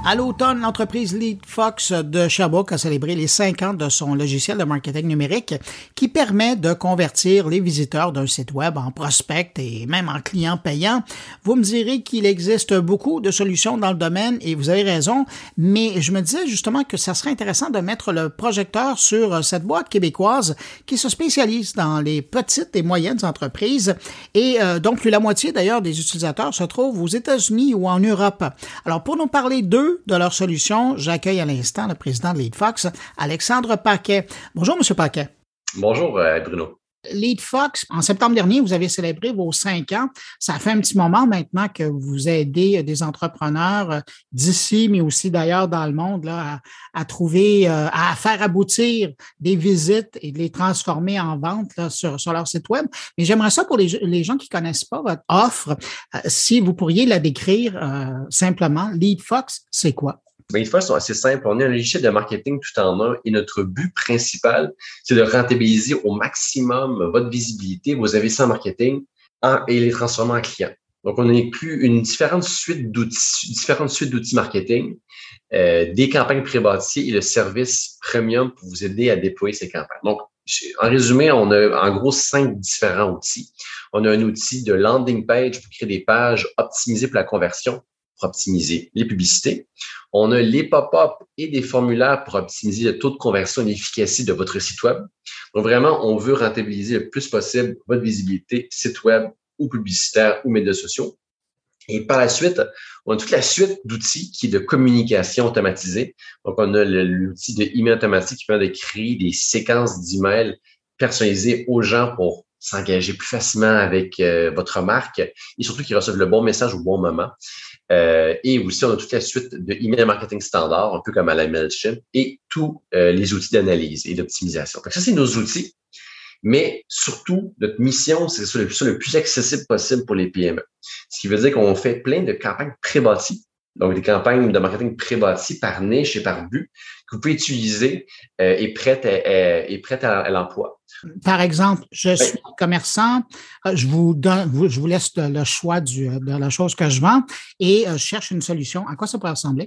À l'automne, l'entreprise LeadFox de Sherbrooke a célébré les cinq ans de son logiciel de marketing numérique qui permet de convertir les visiteurs d'un site web en prospects et même en clients payants. Vous me direz qu'il existe beaucoup de solutions dans le domaine et vous avez raison, mais je me disais justement que ça serait intéressant de mettre le projecteur sur cette boîte québécoise qui se spécialise dans les petites et moyennes entreprises et euh, donc plus la moitié d'ailleurs des utilisateurs se trouvent aux États-Unis ou en Europe. Alors pour nous parler d'eux, de leurs solutions, j'accueille à l'instant le président de LeadFox, Alexandre Paquet. Bonjour, M. Paquet. Bonjour, euh, Bruno. LeadFox, en septembre dernier, vous avez célébré vos cinq ans. Ça fait un petit moment maintenant que vous aidez des entrepreneurs d'ici, mais aussi d'ailleurs dans le monde, là, à, à trouver, à faire aboutir des visites et de les transformer en ventes là, sur, sur leur site web. Mais j'aimerais ça pour les, les gens qui ne connaissent pas votre offre, si vous pourriez la décrire euh, simplement. LeadFox, c'est quoi? Ben, les fois sont assez simples. On est un logiciel de marketing tout en un et notre but principal, c'est de rentabiliser au maximum votre visibilité, vos investissements en marketing en, et les transformer en clients. Donc, on inclut une différente suite d'outils, différentes suites d'outils marketing, euh, des campagnes pré-bâties et le service premium pour vous aider à déployer ces campagnes. Donc, en résumé, on a en gros cinq différents outils. On a un outil de landing page pour créer des pages optimisées pour la conversion, pour optimiser les publicités. On a les pop-up et des formulaires pour optimiser le taux de conversion et l'efficacité de votre site web. Donc, vraiment, on veut rentabiliser le plus possible votre visibilité, site web ou publicitaire ou médias sociaux. Et par la suite, on a toute la suite d'outils qui est de communication automatisée. Donc, on a l'outil de email automatique qui permet de créer des séquences d'emails personnalisées aux gens pour s'engager plus facilement avec euh, votre marque et surtout qu'ils reçoivent le bon message au bon moment. Euh, et aussi, on a toute la suite de email marketing standard, un peu comme à la MailChimp, et tous euh, les outils d'analyse et d'optimisation. Donc, ça, c'est nos outils. Mais surtout, notre mission, c'est ça le, ça le plus accessible possible pour les P M E. Ce qui veut dire qu'on fait plein de campagnes pré-bâties. Donc, des campagnes de marketing pré-bâties par niche et par but que vous pouvez utiliser euh, et prêtes à, à, et prêtes à, à l'emploi. Par exemple, je suis commerçant, je vous donne, je vous laisse le choix du, de la chose que je vends et je cherche une solution. À quoi ça pourrait ressembler?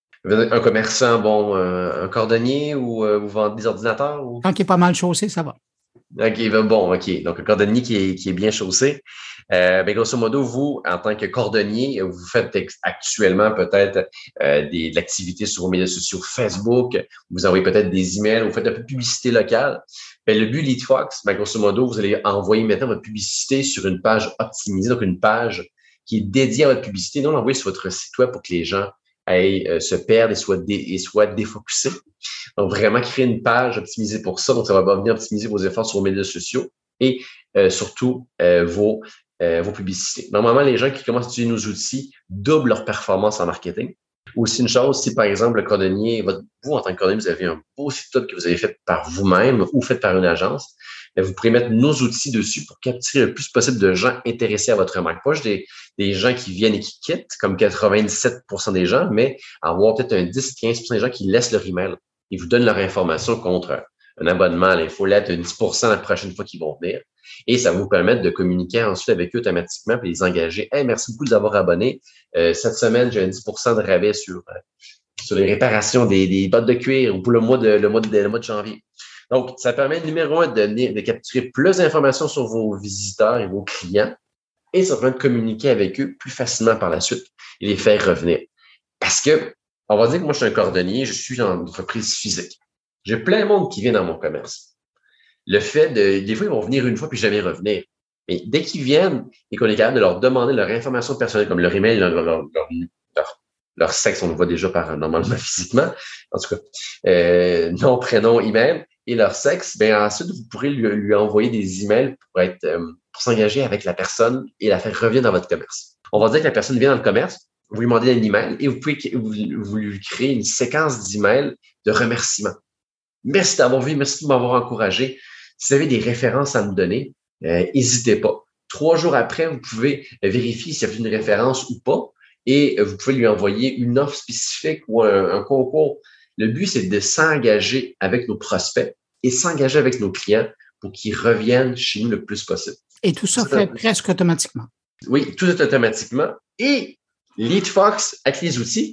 Un commerçant, bon, un cordonnier ou euh, vous vendez des ordinateurs? Ou... Tant qu'il est pas mal chaussé, ça va. OK, bon, OK. Donc, un cordonnier qui est, qui est bien chaussé. Euh, ben, grosso modo, vous, en tant que cordonnier, vous faites actuellement peut-être euh, des, de l'activité sur vos médias sociaux Facebook, vous envoyez peut-être des emails, vous faites un peu de publicité locale. Ben, le but LeadFox, ben, grosso modo, vous allez envoyer maintenant votre publicité sur une page optimisée, donc une page qui est dédiée à votre publicité. Nous, on l'envoie sur votre site web pour que les gens aillent euh, se perdre et soient, dé, et soient défocusés. Donc, vraiment créer une page optimisée pour ça. Donc, ça va venir optimiser vos efforts sur vos médias sociaux et euh, surtout euh, vos, euh, vos publicités. Normalement, les gens qui commencent à utiliser nos outils doublent leur performance en marketing. Aussi une chose, si par exemple le cordonnier, votre, vous en tant que cordonnier, vous avez un beau site web que vous avez fait par vous-même ou fait par une agence, vous pourrez mettre nos outils dessus pour capturer le plus possible de gens intéressés à votre marque. Pas juste des, des gens qui viennent et qui quittent, comme quatre-vingt-dix-sept pour cent des gens, mais avoir peut-être un dix à quinze pour cent des gens qui laissent leur email et vous donnent leur information contre un abonnement à l'infolette de dix pour cent la prochaine fois qu'ils vont venir. Et ça va vous permettre de communiquer ensuite avec eux automatiquement et les engager. Hey, merci beaucoup de nous avoir abonnés. Euh, cette semaine, j'ai un dix pour cent de rabais sur, euh, sur les réparations des, des bottes de cuir ou pour le mois de, le mois de, le mois de janvier. Donc, ça permet, numéro un, de, de capturer plus d'informations sur vos visiteurs et vos clients et ça permet de communiquer avec eux plus facilement par la suite et les faire revenir. Parce que, on va dire que moi, je suis un cordonnier, je suis dans une entreprise physique. J'ai plein de monde qui vient dans mon commerce. Le fait de, des fois, ils vont venir une fois puis jamais revenir. Mais dès qu'ils viennent et qu'on est capable de leur demander leur information personnelle, comme leur email, leur, leur, leur, leur, leur sexe, on le voit déjà par normalement physiquement, en tout cas, euh, nom, prénom, email et leur sexe, ben ensuite, vous pourrez lui, lui envoyer des emails pour être, euh, pour s'engager avec la personne et la faire revenir dans votre commerce. On va dire que la personne vient dans le commerce, vous lui demandez un email et vous pouvez vous, vous lui créer une séquence d'emails de remerciements. Merci d'avoir vu, merci de m'avoir encouragé. Si vous avez des références à me donner, n'hésitez euh, pas. Trois jours après, vous pouvez vérifier s'il y a une référence ou pas et vous pouvez lui envoyer une offre spécifique ou un, un concours. Le but, c'est de s'engager avec nos prospects et s'engager avec nos clients pour qu'ils reviennent chez nous le plus possible. Et tout ça fait presque automatiquement. Oui, tout est automatiquement. Et LeadFox, avec les outils,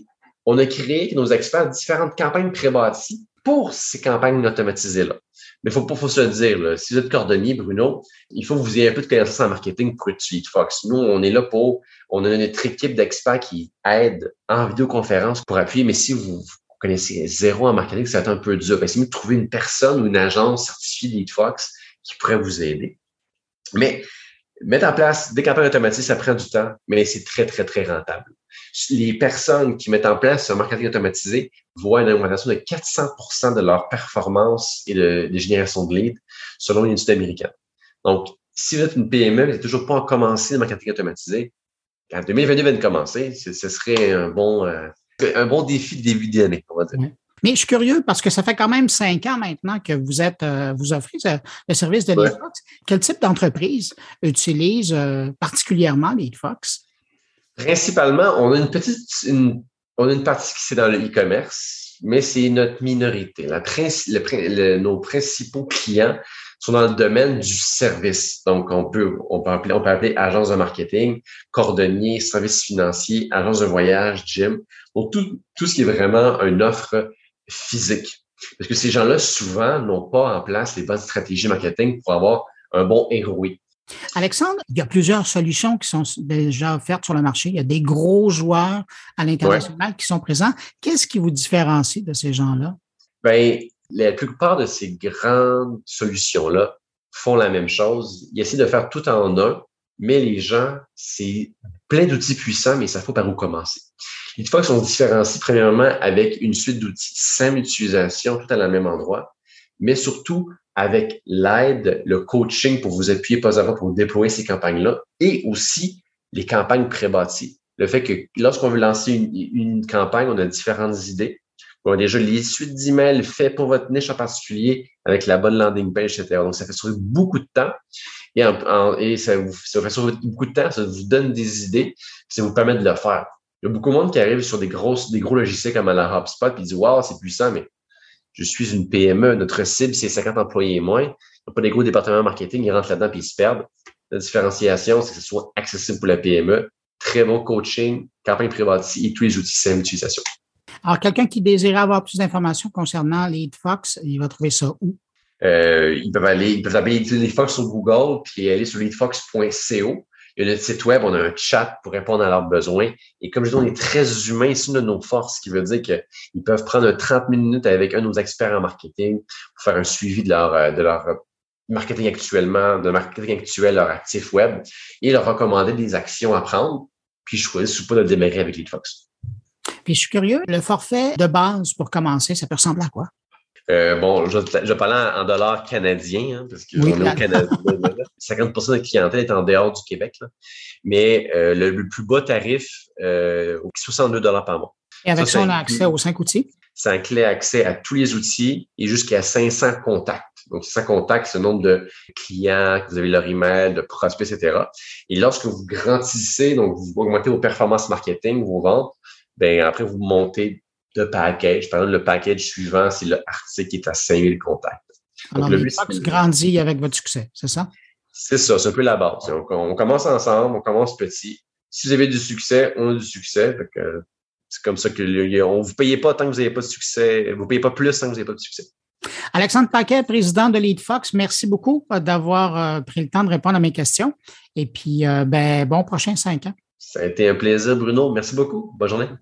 on a créé avec nos experts différentes campagnes pré-bâties pour ces campagnes automatisées-là. Mais il faut pas faut se le dire, là. Si vous êtes cordonnier, Bruno, il faut que vous ayez un peu de connaissance en marketing pour utiliser LeadFox. Nous, on est là pour, on a notre équipe d'experts qui aident en vidéoconférence pour appuyer, mais si vous, vous connaissez zéro en marketing, ça va être un peu dur. Essayez de trouver une personne ou une agence certifiée LeadFox qui pourrait vous aider. Mais mettre en place des campagnes automatisées, ça prend du temps, mais c'est très, très, très rentable. Les personnes qui mettent en place un marketing automatisé voient une augmentation de quatre cents pour cent de leur performance et de, de génération de leads selon une étude américaine. Donc, si vous êtes une P M E, vous n'avez toujours pas commencé le marketing automatisé, quand deux mille vingt-deux vient de commencer, ce, ce serait un bon, euh, un bon défi de début d'année, on va dire. Oui. Mais je suis curieux parce que ça fait quand même cinq ans maintenant que vous êtes, euh, vous offrez euh, le service de LeadFox. Ouais. Quel type d'entreprise utilise euh, particulièrement LeadFox? Principalement, on a une petite, une, on a une partie qui c'est dans le e-commerce, mais c'est notre minorité. La, le, le, nos principaux clients sont dans le domaine du service. Donc, on peut, on peut appeler, on peut appeler agence de marketing, cordonnier, services financiers, agence de voyage, gym. Donc, tout, tout ce qui est vraiment une offre physique. Parce que ces gens-là, souvent, n'ont pas en place les bonnes stratégies marketing pour avoir un bon R O I. Alexandre, il y a plusieurs solutions qui sont déjà offertes sur le marché. Il y a des gros joueurs à l'international ouais. qui sont présents. Qu'est-ce qui vous différencie de ces gens-là? Bien, la plupart de ces grandes solutions-là font la même chose. Ils essaient de faire tout en un, mais les gens, c'est plein d'outils puissants, mais ça ne faut par où commencer. LeadFox, on se différencie premièrement avec une suite d'outils simple d'utilisation, tout à la même endroit, mais surtout avec l'aide, le coaching pour vous appuyer pas à pas pour déployer ces campagnes-là et aussi les campagnes pré-bâties. Le fait que lorsqu'on veut lancer une, une campagne, on a différentes idées. On a déjà les suites d'emails faits pour votre niche en particulier avec la bonne landing page, et cetera. Donc, ça fait sauver beaucoup de temps et, en, en, et ça vous ça fait sauver beaucoup de temps, ça vous donne des idées, ça vous permet de le faire. Il y a beaucoup de monde qui arrive sur des grosses, des gros logiciels comme à la HubSpot et dit « Wow, c'est puissant, mais je suis une P M E, notre cible, c'est cinquante employés et moins. Il n'y a pas des gros départements marketing, ils rentrent là-dedans et ils se perdent. » La différenciation, c'est que ce soit accessible pour la P M E, très bon coaching, campagne pré-bâtie et tous les outils simples d'utilisation. Alors, quelqu'un qui désirait avoir plus d'informations concernant LeadFox, il va trouver ça où? Euh, ils peuvent aller, ils peuvent taper LeadFox sur Google puis aller sur leadfox point co. Il y a notre site web, on a un chat pour répondre à leurs besoins. Et comme je dis, on est très humain, c'est une de nos forces, ce qui veut dire qu'ils peuvent prendre trente minutes avec un de nos experts en marketing pour faire un suivi de leur, de leur marketing actuellement, de marketing actuel, leur actif web, et leur recommander des actions à prendre, puis choisir ou pas de démarrer avec LeadFox. Puis je suis curieux, le forfait de base pour commencer, ça peut ressembler à quoi? Euh, bon, je, je parle en, en dollars canadiens, hein, parce qu'on oui, est au Canada. cinquante pour cent de la clientèle est en dehors du Québec. Là. Mais euh, le, le plus bas tarif, euh, soixante-deux dollars par mois. Et avec ça, ça on a accès aux cinq outils? Ça inclut accès à tous les outils et jusqu'à cinq cents contacts. Donc, cinq cents contacts, c'est le nombre de clients, que vous avez leur email, de prospects, et cetera. Et lorsque vous grandissez, donc vous augmentez vos performances marketing, vos ventes, ben après, vous montez de package. Par exemple, le package suivant, c'est l'article qui est à cinq mille contacts. Alors, donc, le but, grandit avec votre succès, c'est ça? C'est ça, c'est un peu la base. On, on commence ensemble, on commence petit. Si vous avez du succès, on a du succès. Donc, euh, c'est comme ça que on vous payez pas tant que vous n'avez pas de succès. Vous payez pas plus tant que vous n'avez pas de succès. Alexandre Paquet, président de LeadFox, merci beaucoup d'avoir euh, pris le temps de répondre à mes questions. Et puis, euh, ben, bon prochain cinq ans. Ça a été un plaisir, Bruno. Merci beaucoup. Bonne journée.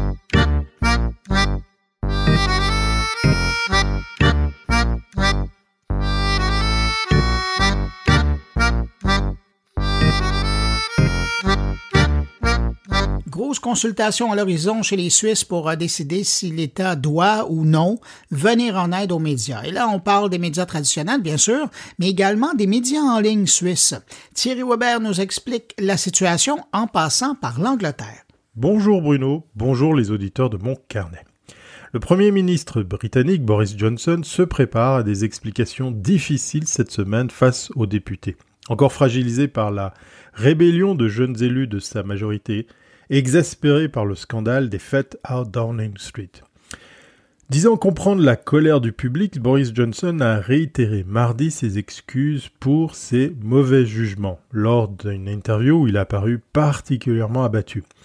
Grosse consultation à l'horizon chez les Suisses pour décider si l'État doit ou non venir en aide aux médias. Et là, on parle des médias traditionnels, bien sûr, mais également des médias en ligne suisses. Thierry Weber nous explique la situation en passant par l'Angleterre. Bonjour Bruno, bonjour les auditeurs de mon carnet. Le Premier ministre britannique Boris Johnson se prépare à des explications difficiles cette semaine face aux députés. Encore fragilisé par la rébellion de jeunes élus de sa majorité, exaspéré par le scandale des fêtes à Downing Street. Disant comprendre la colère du public, Boris Johnson a réitéré mardi ses excuses pour ses mauvais jugements, lors d'une interview où il a paru particulièrement abattu.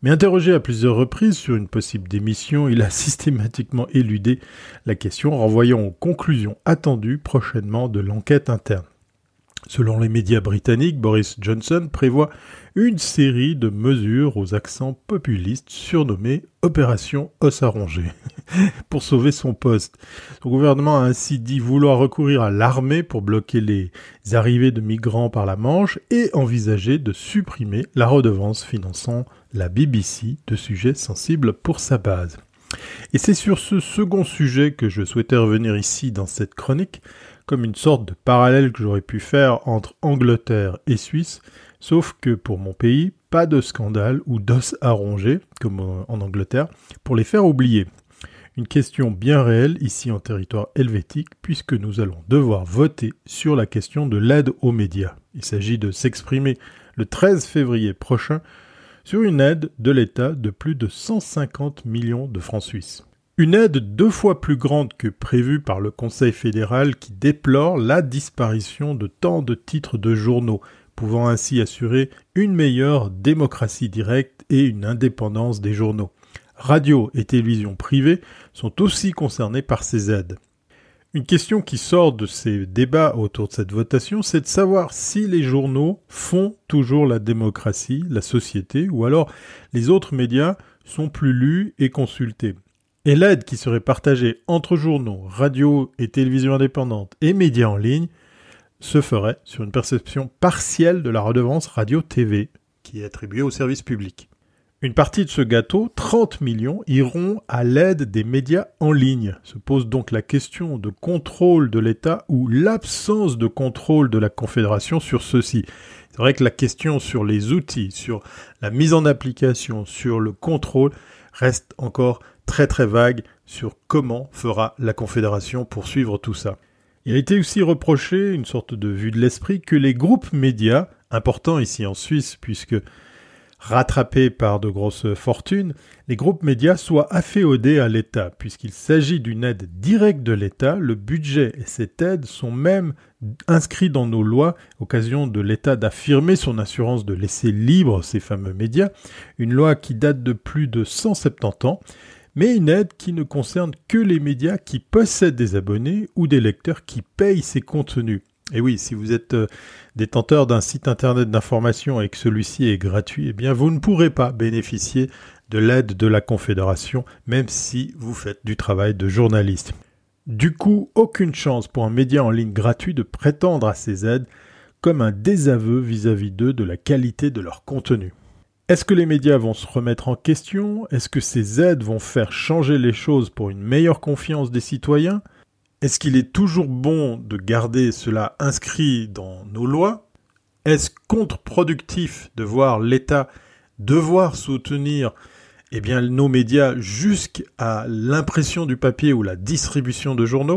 Mais interrogé à plusieurs reprises sur une possible démission, il a systématiquement éludé la question, renvoyant aux conclusions attendues prochainement de l'enquête interne. Selon les médias britanniques, Boris Johnson prévoit une série de mesures aux accents populistes surnommées « Opération Os à ronger » pour sauver son poste. Son gouvernement a ainsi dit vouloir recourir à l'armée pour bloquer les arrivées de migrants par la Manche et envisager de supprimer la redevance finançant la B B C de sujets sensibles pour sa base. Et c'est sur ce second sujet que je souhaitais revenir ici dans cette chronique, comme une sorte de parallèle que j'aurais pu faire entre Angleterre et Suisse, sauf que pour mon pays, pas de scandale ou d'os à ronger, comme en Angleterre, pour les faire oublier. Une question bien réelle ici en territoire helvétique, puisque nous allons devoir voter sur la question de l'aide aux médias. Il s'agit de s'exprimer le treize février prochain sur une aide de l'État de plus de cent cinquante millions de francs suisses. Une aide deux fois plus grande que prévue par le Conseil fédéral qui déplore la disparition de tant de titres de journaux, pouvant ainsi assurer une meilleure démocratie directe et une indépendance des journaux. Radio et télévision privées sont aussi concernées par ces aides. Une question qui sort de ces débats autour de cette votation, c'est de savoir si les journaux font toujours la démocratie, la société, ou alors les autres médias sont plus lus et consultés. Et l'aide qui serait partagée entre journaux, radio et télévision indépendante et médias en ligne se ferait sur une perception partielle de la redevance radio-T V qui est attribuée au service public. Une partie de ce gâteau, trente millions, iront à l'aide des médias en ligne. Se pose donc la question de contrôle de l'État ou l'absence de contrôle de la Confédération sur ceux-ci. C'est vrai que la question sur les outils, sur la mise en application, sur le contrôle reste encore très très vague sur comment fera la Confédération pour suivre tout ça. Il a été aussi reproché, une sorte de vue de l'esprit, que les groupes médias, importants ici en Suisse puisque rattrapés par de grosses fortunes, les groupes médias soient afféodés à l'État. Puisqu'il s'agit d'une aide directe de l'État, le budget et cette aide sont même inscrits dans nos lois, occasion de l'État d'affirmer son assurance de laisser libre ces fameux médias, une loi qui date de plus de cent soixante-dix ans, mais une aide qui ne concerne que les médias qui possèdent des abonnés ou des lecteurs qui payent ces contenus. Et oui, si vous êtes euh, détenteur d'un site internet d'information et que celui-ci est gratuit, eh bien vous ne pourrez pas bénéficier de l'aide de la Confédération, même si vous faites du travail de journaliste. Du coup, aucune chance pour un média en ligne gratuit de prétendre à ces aides comme un désaveu vis-à-vis d'eux de la qualité de leur contenu. Est-ce que les médias vont se remettre en question ? Est-ce que ces aides vont faire changer les choses pour une meilleure confiance des citoyens ? Est-ce qu'il est toujours bon de garder cela inscrit dans nos lois ? Est-ce contre-productif de voir l'État devoir soutenir eh bien, nos médias jusqu'à l'impression du papier ou la distribution de journaux ?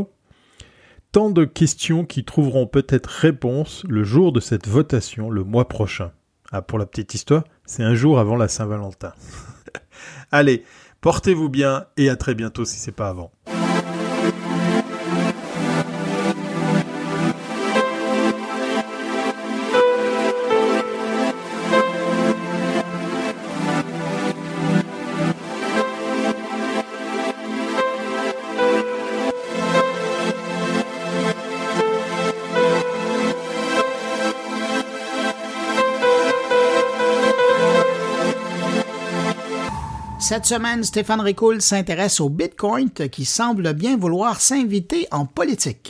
Tant de questions qui trouveront peut-être réponse le jour de cette votation, le mois prochain. Ah, pour la petite histoire, c'est un jour avant la Saint-Valentin. Allez, portez-vous bien et à très bientôt si c'est pas avant. Cette semaine, Stéphane Ricoul s'intéresse au Bitcoin qui semble bien vouloir s'inviter en politique.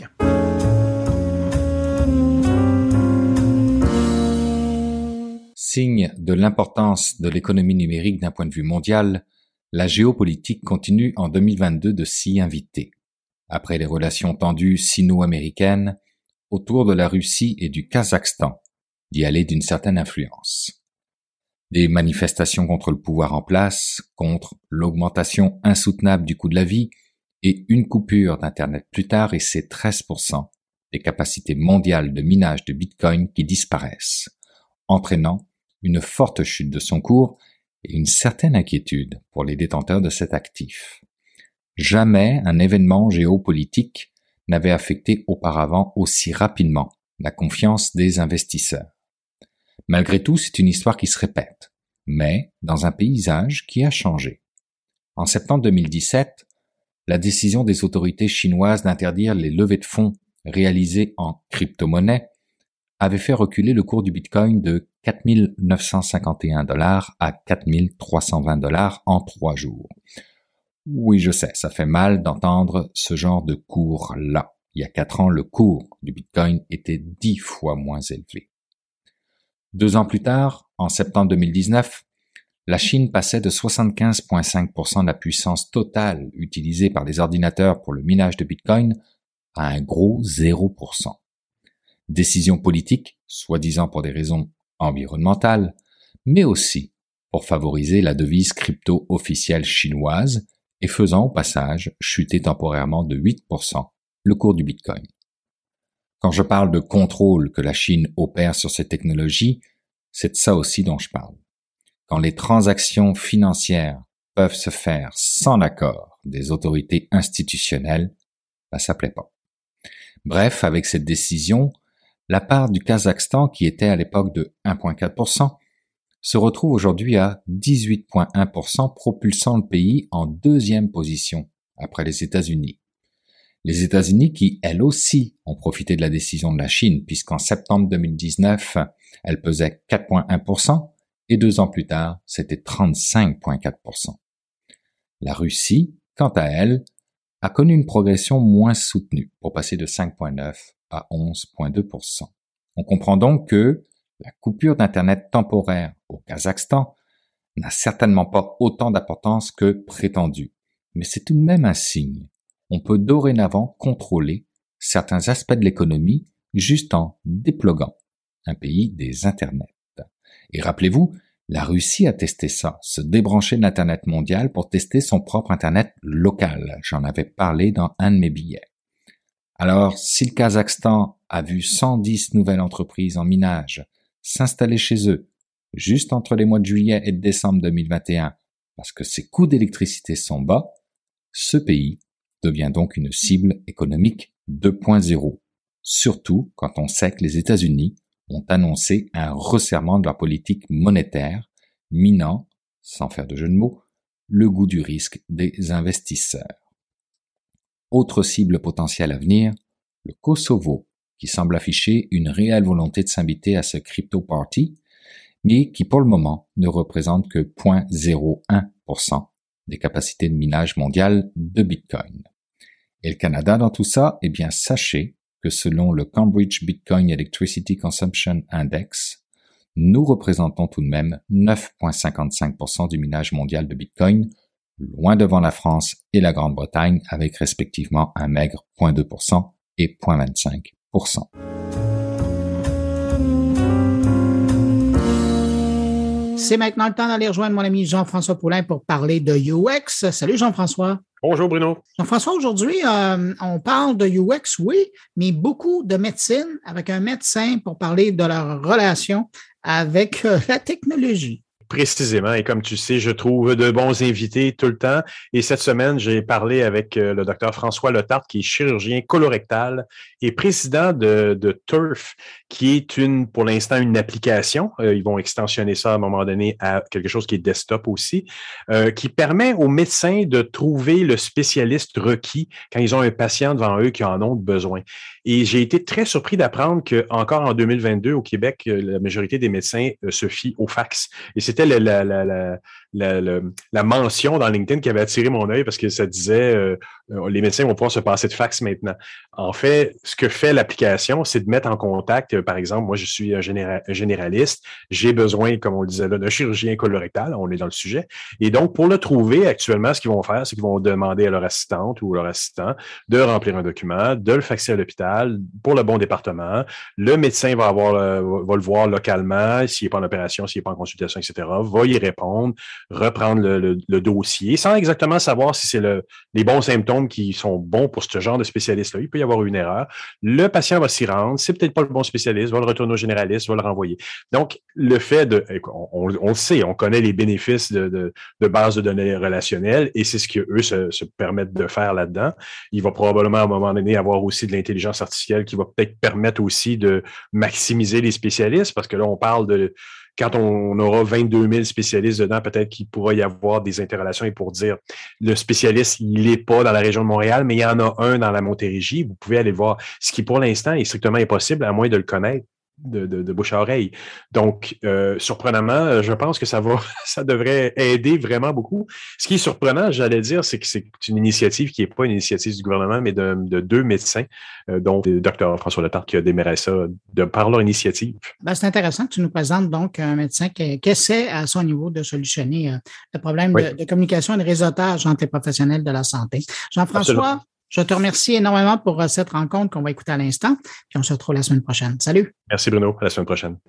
Signe de l'importance de l'économie numérique d'un point de vue mondial, la géopolitique continue en deux mille vingt-deux de s'y inviter. Après les relations tendues sino-américaines, autour de la Russie et du Kazakhstan, d'y aller d'une certaine influence. Des manifestations contre le pouvoir en place, contre l'augmentation insoutenable du coût de la vie et une coupure d'Internet plus tard et c'est treize pour cent des capacités mondiales de minage de Bitcoin qui disparaissent, entraînant une forte chute de son cours et une certaine inquiétude pour les détenteurs de cet actif. Jamais un événement géopolitique n'avait affecté auparavant aussi rapidement la confiance des investisseurs. Malgré tout, c'est une histoire qui se répète. mais dans un paysage qui a changé. En septembre deux mille dix-sept, la décision des autorités chinoises d'interdire les levées de fonds réalisées en crypto-monnaie avait fait reculer le cours du Bitcoin de quatre mille neuf cent cinquante et un dollars à quatre mille trois cent vingt dollars en trois jours. Oui, je sais, ça fait mal d'entendre ce genre de cours-là. Il y a quatre ans, le cours du Bitcoin était dix fois moins élevé. Deux ans plus tard, en septembre deux mille dix-neuf, la Chine passait de soixante-quinze virgule cinq pour cent de la puissance totale utilisée par les ordinateurs pour le minage de Bitcoin à un gros zéro pour cent. Décision politique, soi-disant pour des raisons environnementales, mais aussi pour favoriser la devise crypto officielle chinoise et faisant au passage chuter temporairement de huit pour cent le cours du Bitcoin. Quand je parle de contrôle que la Chine opère sur ces technologies, c'est de ça aussi dont je parle. Quand les transactions financières peuvent se faire sans l'accord des autorités institutionnelles, ben ça plaît pas. Bref, avec cette décision, la part du Kazakhstan, qui était à l'époque de un virgule quatre pour cent, se retrouve aujourd'hui à dix-huit virgule un pour cent, propulsant le pays en deuxième position, après les États-Unis. Les États-Unis qui, elles aussi, ont profité de la décision de la Chine, puisqu'en septembre deux mille dix-neuf, elle pesait quatre virgule un pour cent, et deux ans plus tard, c'était trente-cinq virgule quatre pour cent. La Russie, quant à elle, a connu une progression moins soutenue, pour passer de cinq virgule neuf à onze virgule deux pour cent. On comprend donc que la coupure d'Internet temporaire au Kazakhstan n'a certainement pas autant d'importance que prétendu, mais c'est tout de même un signe. On peut dorénavant contrôler certains aspects de l'économie juste en déploguant un pays des Internets. Et rappelez-vous, la Russie a testé ça, se débrancher de l'Internet mondial pour tester son propre Internet local. J'en avais parlé dans un de mes billets. Alors, si le Kazakhstan a vu cent dix nouvelles entreprises en minage s'installer chez eux juste entre les mois de juillet et de décembre deux mille vingt et un parce que ses coûts d'électricité sont bas, ce pays devient donc une cible économique deux point zéro, surtout quand on sait que les États-Unis ont annoncé un resserrement de leur politique monétaire, minant, sans faire de jeu de mots, le goût du risque des investisseurs. Autre cible potentielle à venir, le Kosovo, qui semble afficher une réelle volonté de s'inviter à ce crypto party, mais qui pour le moment ne représente que zéro virgule zéro un pour cent des capacités de minage mondiales de Bitcoin. Et le Canada dans tout ça, eh bien sachez que selon le Cambridge Bitcoin Electricity Consumption Index, nous représentons tout de même neuf virgule cinquante-cinq pour cent du minage mondial de Bitcoin, loin devant la France et la Grande-Bretagne avec respectivement un maigre zéro virgule deux pour cent et zéro virgule vingt-cinq pour cent. C'est maintenant le temps d'aller rejoindre mon ami Jean-François Poulin pour parler de U X. Salut Jean-François. Bonjour Bruno. Jean-François, aujourd'hui, euh, on parle de U X, oui, mais beaucoup de médecine avec un médecin pour parler de leur relation avec euh, la technologie. Précisément, et comme tu sais, je trouve de bons invités tout le temps. Et cette semaine, j'ai parlé avec le docteur François Letarte, qui est chirurgien colorectal et président de, de Turf, qui est une, pour l'instant, une application. Euh, ils vont extensionner ça à un moment donné à quelque chose qui est desktop aussi, euh, qui permet aux médecins de trouver le spécialiste requis quand ils ont un patient devant eux qui en ont besoin. Et j'ai été très surpris d'apprendre qu'encore en deux mille vingt-deux, au Québec, la majorité des médecins se fient au fax. Et c'était la, la, la, la, la, la, la mention dans LinkedIn qui avait attiré mon œil parce que ça disait euh, les médecins vont pouvoir se passer de fax maintenant. En fait, ce que fait l'application, c'est de mettre en contact, euh, par exemple, moi je suis un, généra- un généraliste, j'ai besoin, comme on le disait là, d'un chirurgien colorectal, on est dans le sujet. Et donc, pour le trouver, actuellement, ce qu'ils vont faire, c'est qu'ils vont demander à leur assistante ou leur assistant de remplir un document, de le faxer à l'hôpital pour le bon département. Le médecin va avoir le, va le voir localement, s'il n'est pas en opération, s'il n'est pas en consultation, et cetera, va y répondre, reprendre le, le, le dossier, sans exactement savoir si c'est le, les bons symptômes qui sont bons pour ce genre de spécialiste-là. Il peut y avoir une erreur. Le patient va s'y rendre. C'est peut-être pas le bon spécialiste, va le retourner au généraliste, va le renvoyer. Donc, le fait de... On, on, on le sait, on connaît les bénéfices de, de, de base de données relationnelles et c'est ce qu'eux se, se permettent de faire là-dedans. Il va probablement, à un moment donné, avoir aussi de l'intelligence artificielle qui va peut-être permettre aussi de maximiser les spécialistes parce que là, on parle de... quand on aura vingt-deux mille spécialistes dedans, peut-être qu'il pourra y avoir des interrelations et pour dire le spécialiste, il n'est pas dans la région de Montréal, mais il y en a un dans la Montérégie. Vous pouvez aller voir, ce qui pour l'instant est strictement impossible, à moins de le connaître. De, de, de bouche à oreille. Donc, euh, surprenamment, je pense que ça va, ça devrait aider vraiment beaucoup. Ce qui est surprenant, j'allais dire, c'est que c'est une initiative qui n'est pas une initiative du gouvernement, mais de, de deux médecins, euh, dont le docteur François Letarte qui a démarré ça de par leur initiative. Ben, c'est intéressant que tu nous présentes donc un médecin qui, qui essaie à son niveau de solutionner euh, le problème oui. de, de communication et de réseautage entre les professionnels de la santé. Jean-François, Absolument. Je te remercie énormément pour cette rencontre qu'on va écouter à l'instant, puis on se retrouve la semaine prochaine. Salut! Merci Bruno, à la semaine prochaine.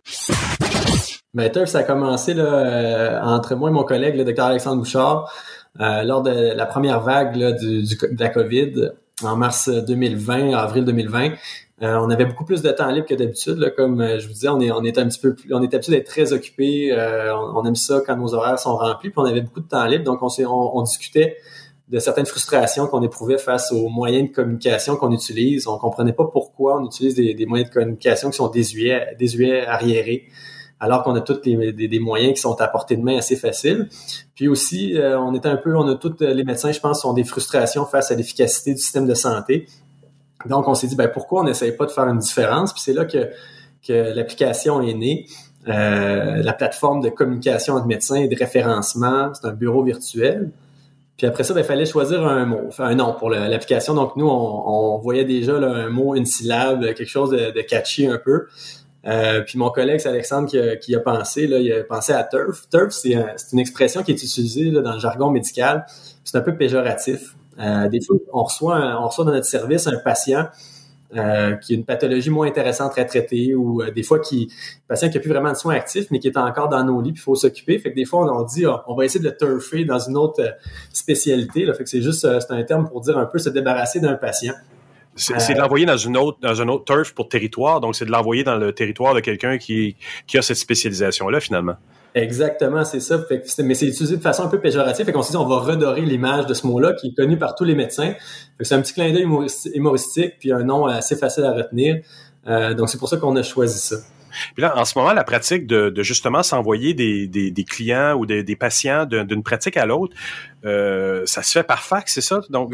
Ben, Turf, ça a commencé là, euh, entre moi et mon collègue, le docteur Alexandre Bouchard, euh, lors de la première vague là, du, du, de la COVID en mars deux mille vingt, avril deux mille vingt. Euh, on avait beaucoup plus de temps libre que d'habitude. Là, comme euh, je vous disais, on est, on est un petit peu plus, on est habitué d'être très occupé. Euh, on, on aime ça quand nos horaires sont remplis, puis on avait beaucoup de temps libre, donc on, s'est, on, on discutait de certaines frustrations qu'on éprouvait face aux moyens de communication qu'on utilise. On comprenait pas pourquoi on utilise des, des moyens de communication qui sont désuets, désuets, arriérés, alors qu'on a tous les, des, des moyens qui sont à portée de main assez faciles. Puis aussi, euh, on est un peu, on a tous les médecins, je pense, ont des frustrations face à l'efficacité du système de santé. Donc, on s'est dit, ben pourquoi on n'essaye pas de faire une différence? Puis c'est là que, que l'application est née. Euh, la plateforme de communication entre médecins et de référencement, c'est un bureau virtuel. Puis après ça, ben, il fallait choisir un mot, enfin, un nom pour le, l'application. Donc, nous, on, on voyait déjà là, un mot, une syllabe, quelque chose de, de catchy un peu. Euh, puis mon collègue, c'est Alexandre, qui a, qui a pensé, là, il a pensé à turf. Turf, c'est, un, c'est une expression qui est utilisée là, dans le jargon médical. C'est un peu péjoratif. Euh, des fois, on reçoit, un, on reçoit dans notre service un patient Euh, qui a une pathologie moins intéressante à traiter ou euh, des fois qui un patient qui n'a plus vraiment de soins actifs mais qui est encore dans nos lits puis il faut s'occuper. Fait que des fois on, on dit oh, on va essayer de le turfer dans une autre euh, spécialité là. Fait que c'est juste euh, c'est un terme pour dire un peu se débarrasser d'un patient. C'est, euh, c'est de l'envoyer dans une autre dans un autre turf pour territoire, donc c'est de l'envoyer dans le territoire de quelqu'un qui qui a cette spécialisation là finalement. Exactement, c'est ça. Fait que, mais c'est utilisé de façon un peu péjorative. Fait qu'on s'est dit, on va redorer l'image de ce mot-là qui est connu par tous les médecins. Fait que c'est un petit clin d'œil humoristique puis un nom assez facile à retenir. Euh, donc, c'est pour ça qu'on a choisi ça. Puis là, en ce moment, la pratique de, de justement s'envoyer des, des, des clients ou des, des patients de, d'une pratique à l'autre, euh, ça se fait par fax, c'est ça? Donc,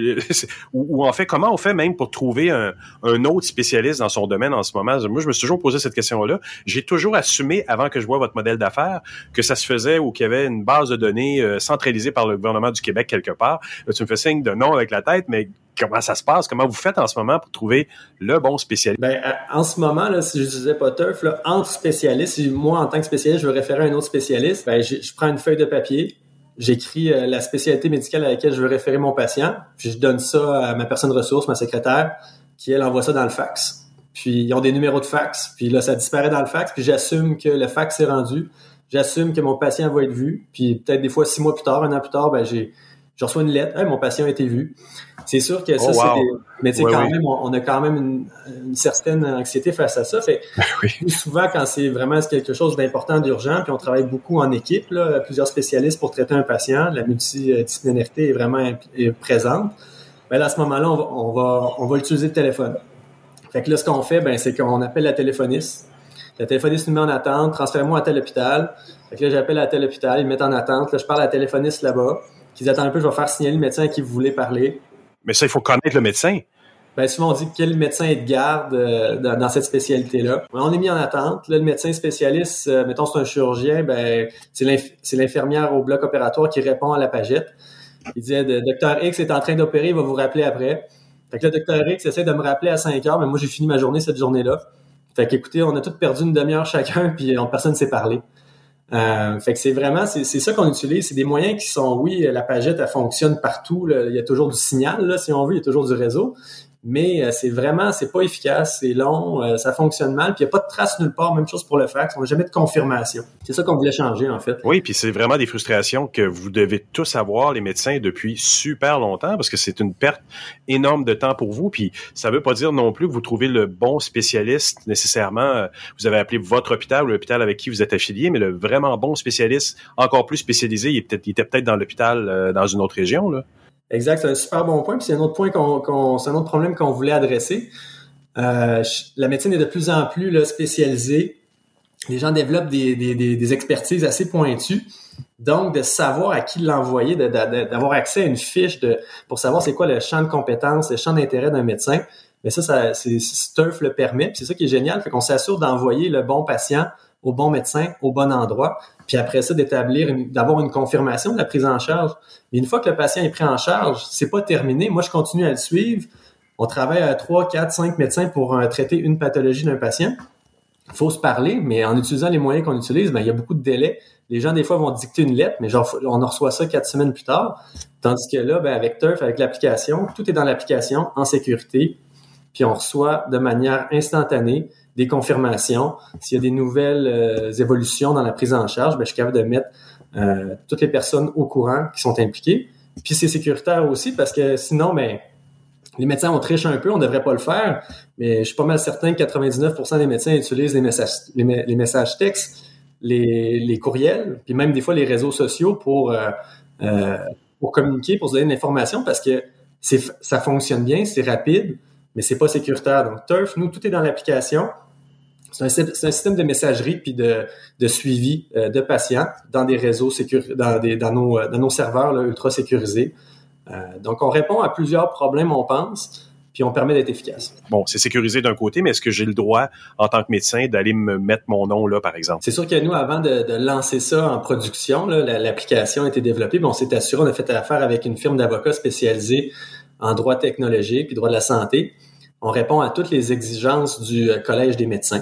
ou, ou en fait, comment on fait même pour trouver un, un autre spécialiste dans son domaine en ce moment? Moi, je me suis toujours posé cette question-là. J'ai toujours assumé, avant que je vois votre modèle d'affaires, que ça se faisait ou qu'il y avait une base de données euh, centralisée par le gouvernement du Québec quelque part. Là, tu me fais signe de non avec la tête, mais comment ça se passe? Comment vous faites en ce moment pour trouver le bon spécialiste? Ben, en ce moment, là, si je n'utilisais pas Turf, là, entre spécialistes, si moi, en tant que spécialiste, je veux référer à un autre spécialiste, ben, je prends une feuille de papier, j'écris euh, la spécialité médicale à laquelle je veux référer mon patient, puis je donne ça à ma personne ressource, ma secrétaire, qui, elle, envoie ça dans le fax. Puis, ils ont des numéros de fax, puis là, ça disparaît dans le fax, puis j'assume que le fax est rendu, j'assume que mon patient va être vu, puis peut-être des fois, six mois plus tard, un an plus tard, ben, j'ai Je reçois une lettre, hey, mon patient a été vu. C'est sûr que ça, oh, wow. c'est des... Mais tu sais, ouais, quand oui. même, on, on a quand même une, une certaine anxiété face à ça. Fait oui. Plus souvent, quand c'est vraiment quelque chose d'important, d'urgent, puis on travaille beaucoup en équipe, là, plusieurs spécialistes pour traiter un patient, la multidisciplinarité est vraiment est présente. Ben là, à ce moment-là, on va, on va, on va utiliser le téléphone. Fait que là, ce qu'on fait, ben, c'est qu'on appelle la téléphoniste. La téléphoniste nous met en attente, transfère-moi à tel hôpital. Fait que là, j'appelle à tel hôpital, ils me mettent en attente. Là, je parle à la téléphoniste là-bas. Qu'ils attendent un peu, je vais faire signaler le médecin à qui vous voulez parler. Mais ça, il faut connaître le médecin. Bien, souvent, on dit quel médecin est de garde euh, dans, dans cette spécialité-là. On est mis en attente. Là, le médecin spécialiste, euh, mettons, c'est un chirurgien, ben c'est, l'inf- c'est l'infirmière au bloc opératoire qui répond à la pagette. Il dit « Docteur X est en train d'opérer, il va vous rappeler après. » Fait que le Docteur X essaie de me rappeler à cinq heures, mais moi, j'ai fini ma journée cette journée-là. Fait qu'écoutez, on a tous perdu une demi-heure chacun, puis on, personne ne s'est parlé. Euh, fait que c'est vraiment, c'est, c'est ça qu'on utilise. C'est des moyens qui sont, oui, la pagette, elle fonctionne partout. Là. Il y a toujours du signal, là, si on veut, il y a toujours du réseau. Mais euh, c'est vraiment, c'est pas efficace, c'est long, euh, ça fonctionne mal, puis il n'y a pas de trace nulle part, même chose pour le fax, on n'a jamais de confirmation. C'est ça qu'on voulait changer, en fait. Oui, puis c'est vraiment des frustrations que vous devez tous avoir, les médecins, depuis super longtemps, parce que c'est une perte énorme de temps pour vous, puis ça veut pas dire non plus que vous trouvez le bon spécialiste nécessairement, vous avez appelé votre hôpital ou l'hôpital avec qui vous êtes affilié, mais le vraiment bon spécialiste, encore plus spécialisé, il, est peut-être, il était peut-être dans l'hôpital euh, dans une autre région, là. Exact, c'est un super bon point. Puis c'est un autre point qu'on, qu'on c'est un autre problème qu'on voulait adresser. Euh, la médecine est de plus en plus là, spécialisée. les gens développent des, des, des, des expertises assez pointues. Donc, de savoir à qui l'envoyer, de, de, d'avoir accès à une fiche de pour savoir c'est quoi le champ de compétences, le champ d'intérêt d'un médecin, mais ça, ça c'est, Turf le permet. Puis c'est ça qui est génial, fait qu'on s'assure d'envoyer le bon patient au bon médecin, au bon endroit, puis après ça, d'établir, une, d'avoir une confirmation de la prise en charge. Mais une fois que le patient est pris en charge, c'est pas terminé. Moi, je continue à le suivre. On travaille à trois, quatre, cinq médecins pour euh, traiter une pathologie d'un patient. Il faut se parler, mais en utilisant les moyens qu'on utilise, ben, il y a beaucoup de délais. Les gens, des fois, vont dicter une lettre, mais genre, on en reçoit ça quatre semaines plus tard. Tandis que là, ben, avec Turf, avec l'application, tout est dans l'application, en sécurité, puis on reçoit de manière instantanée des confirmations. S'il y a des nouvelles euh, évolutions dans la prise en charge, ben, je suis capable de mettre euh, toutes les personnes au courant qui sont impliquées. Puis c'est sécuritaire aussi parce que sinon, ben, les médecins, on triche un peu, on devrait pas le faire, mais je suis pas mal certain que quatre-vingt-dix-neuf pour cent des médecins utilisent les messages, les, me- les messages textes, les, les courriels, puis même des fois les réseaux sociaux pour, euh, euh, pour communiquer, pour se donner de l'information parce que c'est, ça fonctionne bien, c'est rapide, mais c'est pas sécuritaire. Donc, Turf, nous, tout est dans l'application. C'est un, c'est un système de messagerie puis de, de suivi euh, de patients dans des réseaux sécur- dans, des, dans, nos, dans nos serveurs là, ultra sécurisés. Euh, donc, on répond à plusieurs problèmes, on pense, puis on permet d'être efficace. Bon, c'est sécurisé d'un côté, mais est-ce que j'ai le droit, en tant que médecin, d'aller me mettre mon nom là, par exemple? C'est sûr que nous, avant de, de lancer ça en production, là, la, l'application a été développée, mais on s'est assuré, on a fait affaire avec une firme d'avocats spécialisée en droit technologique puis droit de la santé. On répond à toutes les exigences du Collège des médecins.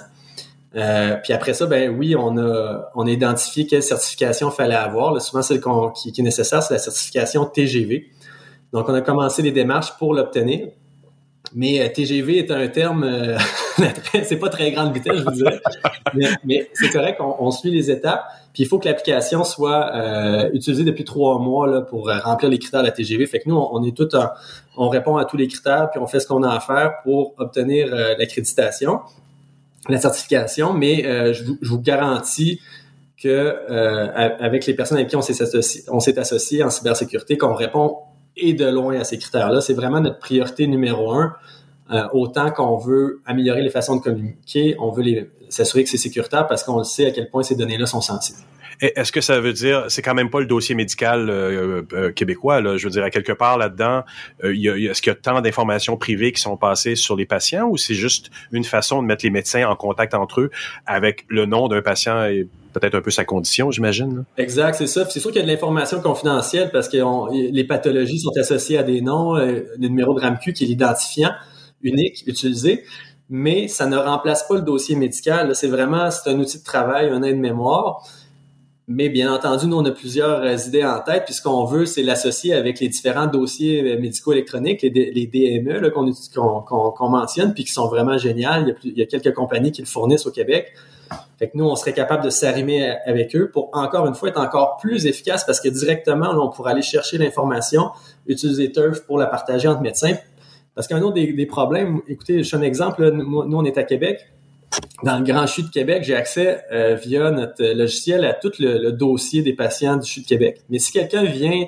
Euh, puis après ça, ben oui, on a on a identifié quelle certification il fallait avoir. Là, souvent, celle qu'on, qui, qui est nécessaire, c'est la certification T G V. Donc, on a commencé les démarches pour l'obtenir. Mais euh, T G V est un terme, euh, c'est pas très grande vitesse, je vous dirais. Mais, mais c'est correct, on, on suit les étapes. Puis il faut que l'application soit euh, utilisée depuis trois mois là, pour euh, remplir les critères de la T G V. Fait que nous, on, on est tout en, on répond à tous les critères, puis on fait ce qu'on a à faire pour obtenir euh, l'accréditation, la certification. Mais euh, je, vous, je vous garantis que euh, avec les personnes avec qui on s'est associé, on s'est associé en cybersécurité, qu'on répond et de loin à ces critères-là. C'est vraiment notre priorité numéro un. Euh, autant qu'on veut améliorer les façons de communiquer, on veut les, s'assurer que c'est sécuritaire parce qu'on le sait à quel point ces données-là sont sensibles. Est-ce que ça veut dire, c'est quand même pas le dossier médical euh, euh, québécois, là, je veux dire, à quelque part là-dedans, euh, y a, y a, est-ce qu'il y a tant d'informations privées qui sont passées sur les patients ou c'est juste une façon de mettre les médecins en contact entre eux avec le nom d'un patient et peut-être un peu sa condition, j'imagine? Là? Exact, c'est ça. Puis c'est sûr qu'il y a de l'information confidentielle parce que on, les pathologies sont associées à des noms, euh, le numéro de RAMQ qui est l'identifiant unique utilisé, mais ça ne remplace pas le dossier médical. Là, c'est vraiment, c'est un outil de travail, un aide-mémoire. Mais bien entendu, nous, on a plusieurs idées en tête, puis ce qu'on veut, c'est l'associer avec les différents dossiers médicaux électroniques, les, les D M E là, qu'on, qu'on, qu'on, qu'on mentionne, puis qui sont vraiment géniales. Il y, a plus, il y a quelques compagnies qui le fournissent au Québec. Fait que nous, on serait capable de s'arrimer avec eux pour, encore une fois, être encore plus efficace parce que directement, là, on pourrait aller chercher l'information, utiliser Turf pour la partager entre médecins. Parce qu'un autre des, des problèmes, écoutez, je fais un exemple, là, nous, nous, on est à Québec. Dans le Grand C H U de Québec, j'ai accès euh, via notre logiciel à tout le, le dossier des patients du C H U de Québec. Mais si quelqu'un vient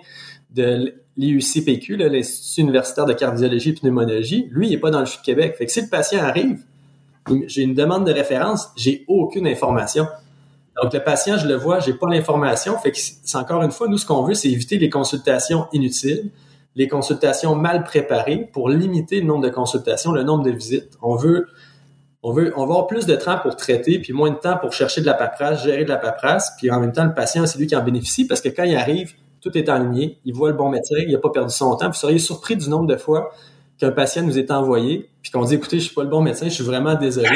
de l'I U C P Q, là, l'Institut universitaire de cardiologie et pneumologie, lui, il n'est pas dans le C H U de Québec. Fait que si le patient arrive, j'ai une demande de référence, j'ai aucune information. Donc, le patient, je le vois, j'ai pas l'information. Fait que c'est encore une fois, nous, ce qu'on veut, c'est éviter les consultations inutiles, les consultations mal préparées pour limiter le nombre de consultations, le nombre de visites. On veut On veut, on va avoir plus de temps pour traiter, puis moins de temps pour chercher de la paperasse, gérer de la paperasse, puis en même temps, le patient, c'est lui qui en bénéficie parce que quand il arrive, tout est aligné, il voit le bon médecin, il n'a pas perdu son temps. Vous seriez surpris du nombre de fois qu'un patient nous est envoyé, puis qu'on dit, écoutez, je suis pas le bon médecin, je suis vraiment désolé.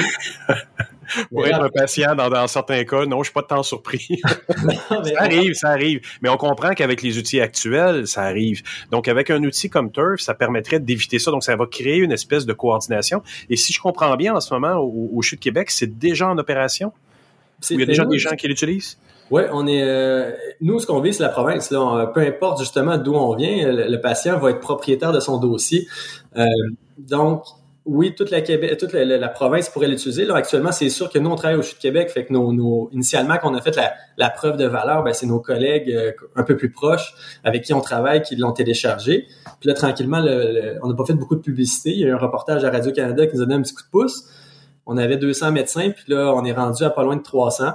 Pour être un patient, dans, dans certains cas, non, je suis pas tant surpris. Non, ça arrive, ça arrive. Mais on comprend qu'avec les outils actuels, ça arrive. Donc, avec un outil comme Turf, ça permettrait d'éviter ça. Donc, ça va créer une espèce de coordination. Et si je comprends bien, en ce moment, au, au C H U de Québec, c'est déjà en opération? C'est, il y a déjà nous, des gens qui l'utilisent? Oui, on est. Euh, nous, ce qu'on vit, c'est la province. Là, on, peu importe justement d'où on vient, le, le patient va être propriétaire de son dossier. Euh, donc, oui, toute la Québec, toute la, la, la province pourrait l'utiliser. Là, actuellement, c'est sûr que nous, on travaille au C H U de Québec, fait que nos, nos initialement, qu'on a fait la, la preuve de valeur, ben, c'est nos collègues euh, un peu plus proches avec qui on travaille qui l'ont téléchargé. Puis là, tranquillement, le, le, on n'a pas fait beaucoup de publicité. Il y a eu un reportage à Radio-Canada qui nous a donné un petit coup de pouce. on avait deux cents médecins, puis là, on est rendu à pas loin de trois cents.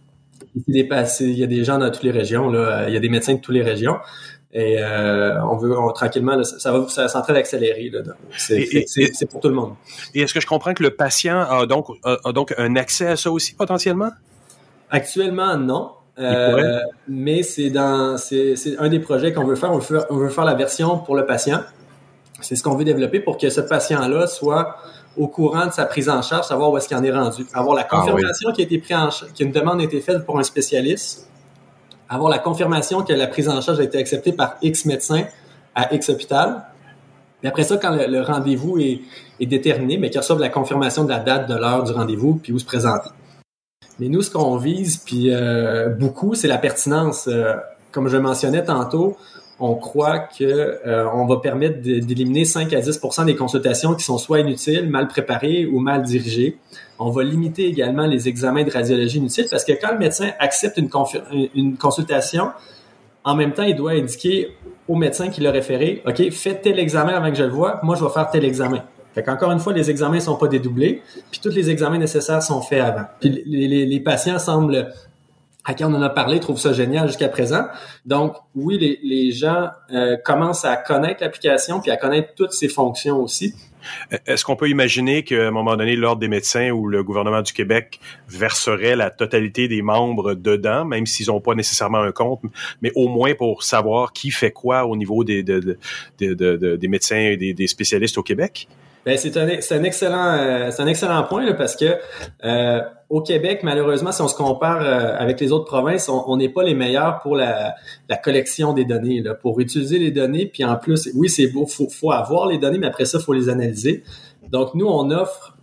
Il y a des gens dans toutes les régions, là. Il y a des médecins de toutes les régions. Et euh, on veut on, tranquillement, là, ça va, ça est en train d'accélérer. Là, c'est, et, c'est, c'est, c'est pour tout le monde. Et est-ce que je comprends que le patient a donc, a, a donc un accès à ça aussi potentiellement? Actuellement, non. Euh, mais c'est dans, c'est, c'est un des projets qu'on veut faire. On veut faire, on veut faire la version pour le patient. C'est ce qu'on veut développer pour que ce patient-là soit au courant de sa prise en charge, savoir où est-ce qu'il en est rendu. Avoir la confirmation ah, oui. qu'il a été pris en charge, qu'une demande a été faite pour un spécialiste. Avoir la confirmation que la prise en charge a été acceptée par X médecin à X hôpital. Puis après ça, quand le, le rendez-vous est, est déterminé, mais qu'ils reçoivent la confirmation de la date, de l'heure du rendez-vous, puis où se présenter. Mais nous, ce qu'on vise, puis euh, beaucoup, c'est la pertinence. Euh, comme je mentionnais tantôt, on croit que euh, on va permettre de, d'éliminer cinq à dix pour cent des consultations qui sont soit inutiles, mal préparées ou mal dirigées. On va limiter également les examens de radiologie inutiles parce que quand le médecin accepte une, confir- une consultation, en même temps, il doit indiquer au médecin qui l'a référé, « OK, faites tel examen avant que je le voie, moi, je vais faire tel examen. » Fait qu'encore une fois, les examens ne sont pas dédoublés, puis tous les examens nécessaires sont faits avant. Puis les, les, les patients semblent, à qui on en a parlé, trouvent ça génial jusqu'à présent. Donc, oui, les, les gens euh, commencent à connaître l'application puis à connaître toutes ses fonctions aussi. Est-ce qu'on peut imaginer qu'à un moment donné, l'Ordre des médecins ou le gouvernement du Québec verserait la totalité des membres dedans, même s'ils n'ont pas nécessairement un compte, mais au moins pour savoir qui fait quoi au niveau des, de, de, de, de, de, des médecins et des, des spécialistes au Québec? Ben c'est un c'est un excellent euh, c'est un excellent point là, parce que euh, au Québec, malheureusement, si on se compare euh, avec les autres provinces, on n'est pas les meilleurs pour la, la collection des données, là, pour utiliser les données. Puis en plus, oui, c'est beau, faut faut avoir les données, mais après ça, faut les analyser. Donc nous, on offre.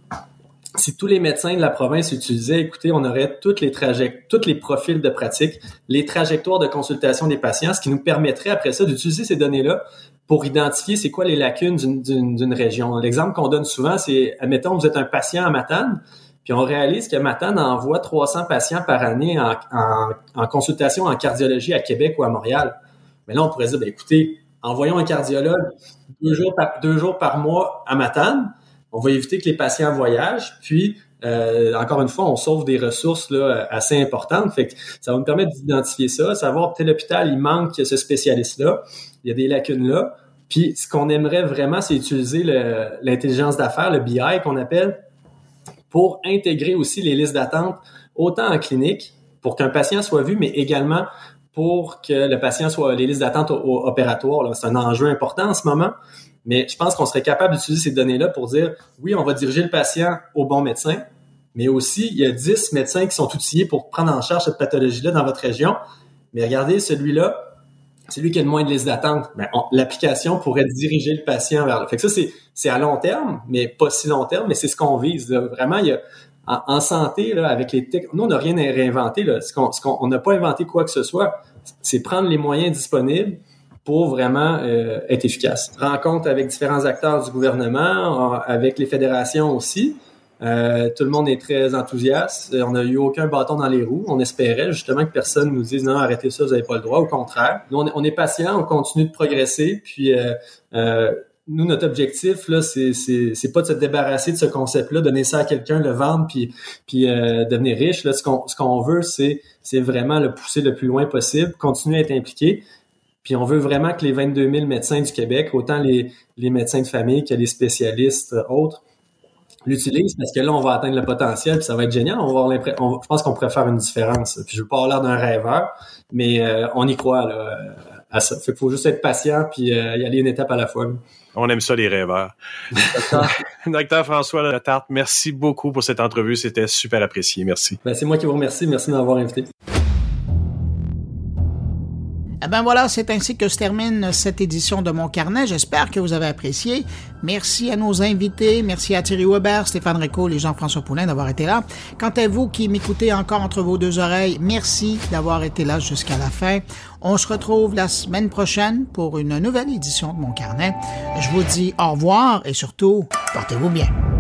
Si tous les médecins de la province utilisaient, écoutez, on aurait toutes les trajectoires, tous les profils de pratique, les trajectoires de consultation des patients, ce qui nous permettrait après ça d'utiliser ces données-là pour identifier c'est quoi les lacunes d'une, d'une, d'une région. L'exemple qu'on donne souvent, c'est, admettons, vous êtes un patient à Matane, puis on réalise que Matane envoie trois cents patients par année en, en, en consultation en cardiologie à Québec ou à Montréal. Mais là, on pourrait dire, ben écoutez, envoyons un cardiologue deux jours par, deux jours par mois à Matane. On va éviter que les patients voyagent, puis euh, encore une fois, on sauve des ressources là assez importantes. Fait que ça va nous permettre d'identifier ça, savoir tel hôpital, il manque ce spécialiste-là, il y a des lacunes là. Puis ce qu'on aimerait vraiment, c'est utiliser le, l'intelligence d'affaires, le B I qu'on appelle, pour intégrer aussi les listes d'attente, autant en clinique, pour qu'un patient soit vu, mais également pour que le patient soit les listes d'attente au, au opératoire. Là. C'est un enjeu important en ce moment. Mais je pense qu'on serait capable d'utiliser ces données-là pour dire, oui, on va diriger le patient au bon médecin, mais aussi, il y a dix médecins qui sont outillés pour prendre en charge cette pathologie-là dans votre région. Mais regardez, celui-là, c'est lui qui a le moins de liste d'attente. Ben, on, l'application pourrait diriger le patient vers là. Fait que ça, c'est, c'est à long terme, mais pas si long terme, mais c'est ce qu'on vise. Là. Vraiment, il y a, en, en santé, là, avec les tech, nous, on n'a rien à réinventer. Là. Ce qu'on, ce qu'on, on n'a pas inventé quoi que ce soit. C'est prendre les moyens disponibles pour vraiment euh, être efficace. Rencontre avec différents acteurs du gouvernement, avec les fédérations aussi. Euh, tout le monde est très enthousiaste. On n'a eu aucun bâton dans les roues. On espérait justement que personne nous dise « Non, arrêtez ça, vous n'avez pas le droit ». Au contraire, nous, on est, on est patient, on continue de progresser. Puis euh, euh, nous, notre objectif, là, c'est, c'est, c'est pas de se débarrasser de ce concept-là, donner ça à quelqu'un, le vendre, puis, puis euh, devenir riche. Là, ce qu'on, ce qu'on veut, c'est, c'est vraiment le pousser le plus loin possible, continuer à être impliqué. Puis on veut vraiment que les vingt-deux mille médecins du Québec, autant les, les médecins de famille que les spécialistes autres, l'utilisent parce que là, on va atteindre le potentiel puis ça va être génial. On va avoir l'impression, on, je pense qu'on pourrait faire une différence. Puis je veux pas avoir l'air d'un rêveur, mais euh, on y croit là, à ça. Fait qu'il faut juste être patient puis euh, y aller une étape à la fois. On aime ça, les rêveurs. Docteur François Letarte, merci beaucoup pour cette entrevue. C'était super apprécié. Merci. Ben, c'est moi qui vous remercie. Merci de m'avoir invité. Eh ben voilà, c'est ainsi que se termine cette édition de Mon Carnet. J'espère que vous avez apprécié. Merci à nos invités. Merci à Thierry Weber, Stéphane Récault et Jean-François Poulin d'avoir été là. Quant à vous qui m'écoutez encore entre vos deux oreilles, merci d'avoir été là jusqu'à la fin. On se retrouve la semaine prochaine pour une nouvelle édition de Mon Carnet. Je vous dis au revoir et surtout, portez-vous bien.